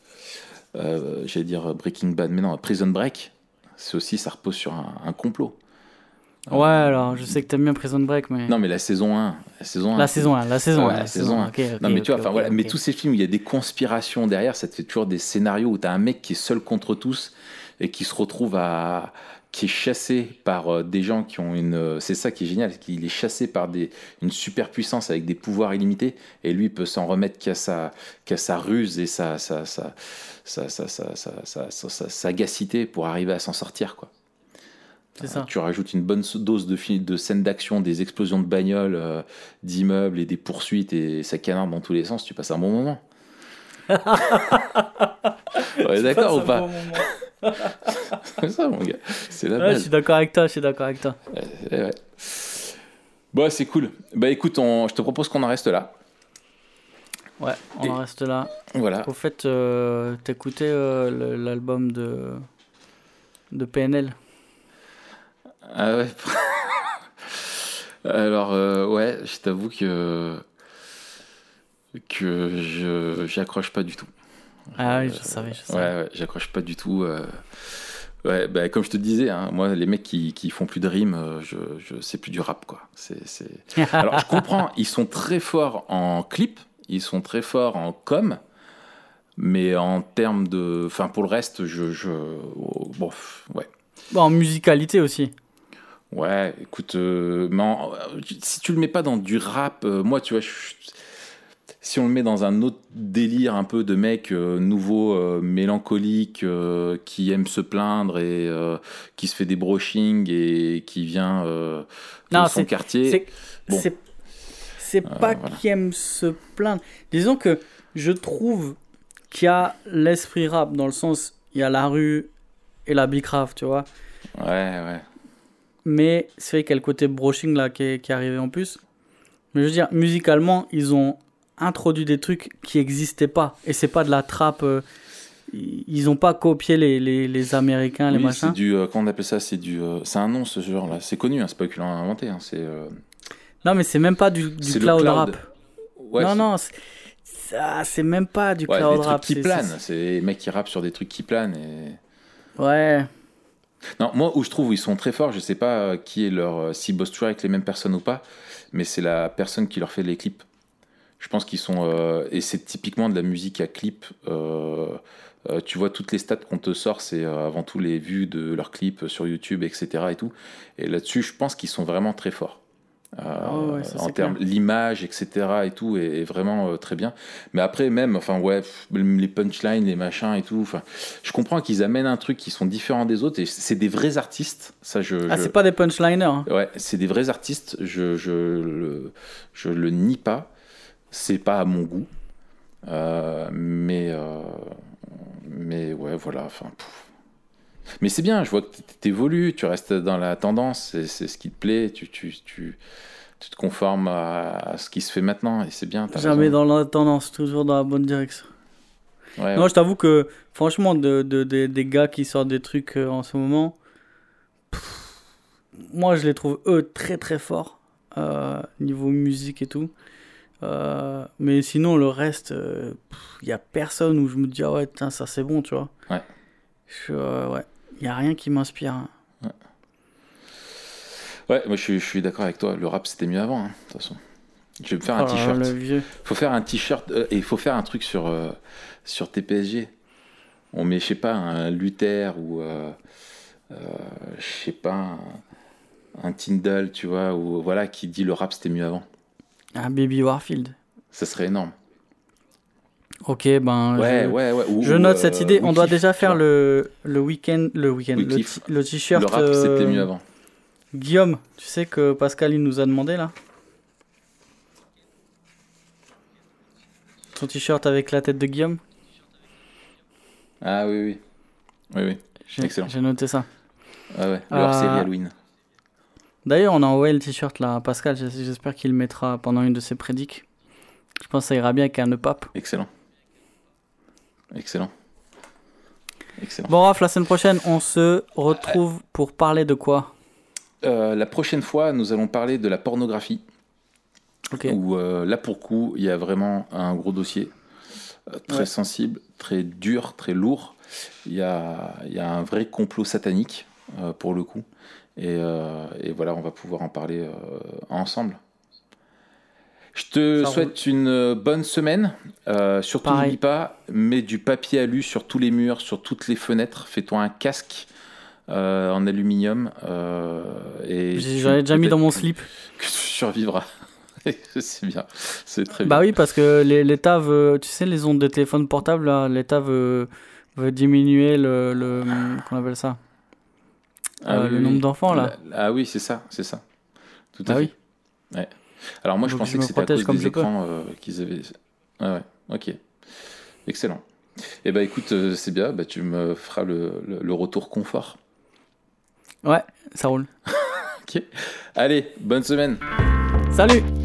euh, j'allais dire Breaking Bad, mais non, Prison Break. C'est aussi, ça repose sur un, un complot. Ouais, alors, je sais que t'aimes bien Prison Break, mais... Non, mais la saison un, la saison un, La c'est- saison un, la saison Ouais, un. la saison un. Ok, ok, Non, mais tu vois, ok, enfin ok, voilà, mais ok. tous ces films où il y a des conspirations derrière, ça te fait toujours des scénarios où t'as un mec qui est seul contre tous et qui se retrouve à. Qui est chassé par euh, des gens qui ont une. euh, C'est ça qui est génial, qu'il est chassé par des, une superpuissance avec des pouvoirs illimités et lui peut s'en remettre qu'à sa, qu'à sa ruse et sa, sa, sa, sa, sa, sa, sa, sa- sa- sa sagacité pour arriver à s'en sortir, quoi. C'est ça. Tu rajoutes une bonne dose de, fi- de scènes d'action, des explosions de bagnoles, euh, d'immeubles et des poursuites et ça canarde dans tous les sens, tu passes un bon moment. Ouais, d'accord ou pas? C'est ça, mon gars. C'est la Ouais, je base. suis d'accord avec toi, je suis d'accord avec toi. Ouais, ouais. Bon, c'est cool. Bah écoute, on- je te propose qu'on en reste là. Ouais, on Et- en reste là. Voilà. Au fait, euh, t'écoutais euh, le- l'album de, de P N L? Ah ouais. Alors, euh, ouais, je t'avoue que. que je j'accroche pas du tout. Ah oui, Euh, je savais, je Ouais, savais. ouais, j'accroche pas du tout. euh. Ouais, bah, comme je te disais, hein, moi, les mecs qui, qui font plus de rimes, euh, je, je, c'est plus du rap, quoi. C'est, c'est... Alors, je comprends, ils sont très forts en clip, ils sont très forts en com, mais en termes de. Enfin, pour le reste, je. je... oh, bon, ouais. Bon, en musicalité aussi. Ouais, écoute, euh, mais en- si tu le mets pas dans du rap, euh, moi, tu vois, je, si on le met dans un autre délire un peu de mec euh, nouveau, euh, mélancolique, euh, qui aime se plaindre et euh, qui se fait des brochings et qui vient euh, de Non, son c'est- quartier. C'est Bon. c'est c'est pas voilà. qu'il aime se plaindre. Disons que je trouve qu'il y a l'esprit rap dans le sens, il y a la rue et la bicrave, tu vois. Ouais, ouais. Mais c'est vrai qu'il y a le côté brushing là qui est, qui est arrivé en plus. Mais je veux dire, musicalement, ils ont introduit des trucs qui n'existaient pas. Et c'est pas de la trappe. euh, ils ont pas copié les, les, les Américains, les Oui, machins. c'est du. Euh, comment on appelle ça? C'est du. euh, c'est un nom ce genre-là. C'est connu, hein, c'est pas eux qui l'ont inventé. Hein, c'est. euh, Non, mais c'est même pas du, du c'est le cloud, cloud. rap. Ouais, non, c'est- non, c'est, ça, c'est même pas du Ouais, cloud des trucs rap. qui c'est- planent. c'est- C'est les mecs qui rappent sur des trucs qui planent. Et... Ouais. Non, moi, où je trouve où ils sont très forts, je sais pas euh, qui est leur. euh, si bosse toujours avec les mêmes personnes ou pas, mais c'est la personne qui leur fait les clips. Je pense qu'ils sont. euh, et c'est typiquement de la musique à clip. euh, euh, tu vois, toutes les stats qu'on te sort, c'est euh, avant tout les vues de leurs clips sur YouTube, et cetera. Et tout. Et là-dessus, je pense qu'ils sont vraiment très forts. Euh, Oh, ouais, ça, en c'est termes clair. l'image, et cetera. Et tout est, est vraiment euh, très bien. Mais après, même, enfin, ouais, pff, les punchlines, les machins et tout. Enfin, je comprends qu'ils amènent un truc qui sont différents des autres. Et c'est des vrais artistes. Ça, je. Ah, je- c'est pas des punchliners. hein. Ouais, c'est des vrais artistes. Je, je, le, je le nie pas. C'est pas à mon goût. Euh, mais, euh, mais ouais, voilà. Enfin, pff. Mais c'est bien. Je vois que t'évolues. Tu restes dans la tendance. C'est, c'est ce qui te plaît. Tu, tu, tu, tu te conformes à, à ce qui se fait maintenant. Et c'est bien. T'as Jamais raison. dans la tendance, toujours dans la bonne direction. Ouais, Non, ouais. je t'avoue que, franchement, de, de, de- des gars qui sortent des trucs euh, en ce moment, pff, moi, je les trouve, eux, très très forts, euh, niveau musique et tout. Euh, mais sinon, le reste, il y a personne où je me dis, ah ouais, tiens, ça c'est bon, tu vois. Ouais. Je, euh, ouais. Il y a rien qui m'inspire. hein. Ouais, moi je suis, je suis d'accord avec toi. Le rap c'était mieux avant, hein, de toute façon. Je vais me faire Oh un là là, t-shirt. le vieux. Faut faire un t-shirt euh, et il faut faire un truc sur, euh, sur T P S G. On met, je sais pas, un Luther ou, euh, euh, je sais pas, un, un Tyndall, tu vois, ou voilà, qui dit le rap c'était mieux avant. Un Baby Warfield. Ça serait énorme. Ok, ben, Ouais, je, ouais, ouais. Ou- je ou, note euh, cette idée. On doit Wyclef, déjà tu faire vois. le, le week-end, le week-end, le, Wyclef. t- le t-shirt. Le rap c'était euh, mieux avant. Guillaume, tu sais que Pascal il nous a demandé là son t-shirt avec la tête de Guillaume. Ah oui, oui. Oui, oui. J'ai, Excellent. j'ai noté ça. Ah ouais, le Euh, hors-série Halloween. D'ailleurs, on a envoyé le t-shirt là à Pascal. J'es- J'espère qu'il le mettra pendant une de ses prédiques. Je pense que ça ira bien avec un nœud pape. Excellent. Excellent. Excellent. Bon, Raph, la semaine prochaine, on se retrouve pour parler de quoi? Euh, la prochaine fois, nous allons parler de la pornographie. Ok. Où euh, là, pour coup, il y a vraiment un gros dossier. euh, très Ouais. sensible, très dur, très lourd. Il y a, il y a un vrai complot satanique, euh, pour le coup. Et, euh, et voilà, on va pouvoir en parler euh, ensemble. Je te Ça souhaite une bonne semaine. Euh, surtout, Pareil. n'oublie pas, mets du papier alu sur tous les murs, sur toutes les fenêtres. Fais-toi un casque euh, en aluminium. euh, et J'ai- tu- J'en ai déjà mis dans mon peut-être slip. que tu survivras. C'est bien, c'est très Bah bien. oui, parce que l'É- l'État veut, tu sais, les ondes de téléphone portable, là, l'État veut, veut diminuer le, le qu'on appelle ça, Ah euh, oui, le oui, nombre oui. d'enfants là. La- Ah oui, c'est ça, c'est ça. Tout à Bah fait. oui. Ouais. Alors moi, je Donc, pensais je que me c'était à protège cause comme des je peux. écrans euh, qu'ils avaient. Ah ouais, ok. Excellent. Eh ben écoute, euh, c'est bien, bah, tu me feras le, le, le retour confort. Ouais, ça roule. Ok. Allez, bonne semaine. Salut!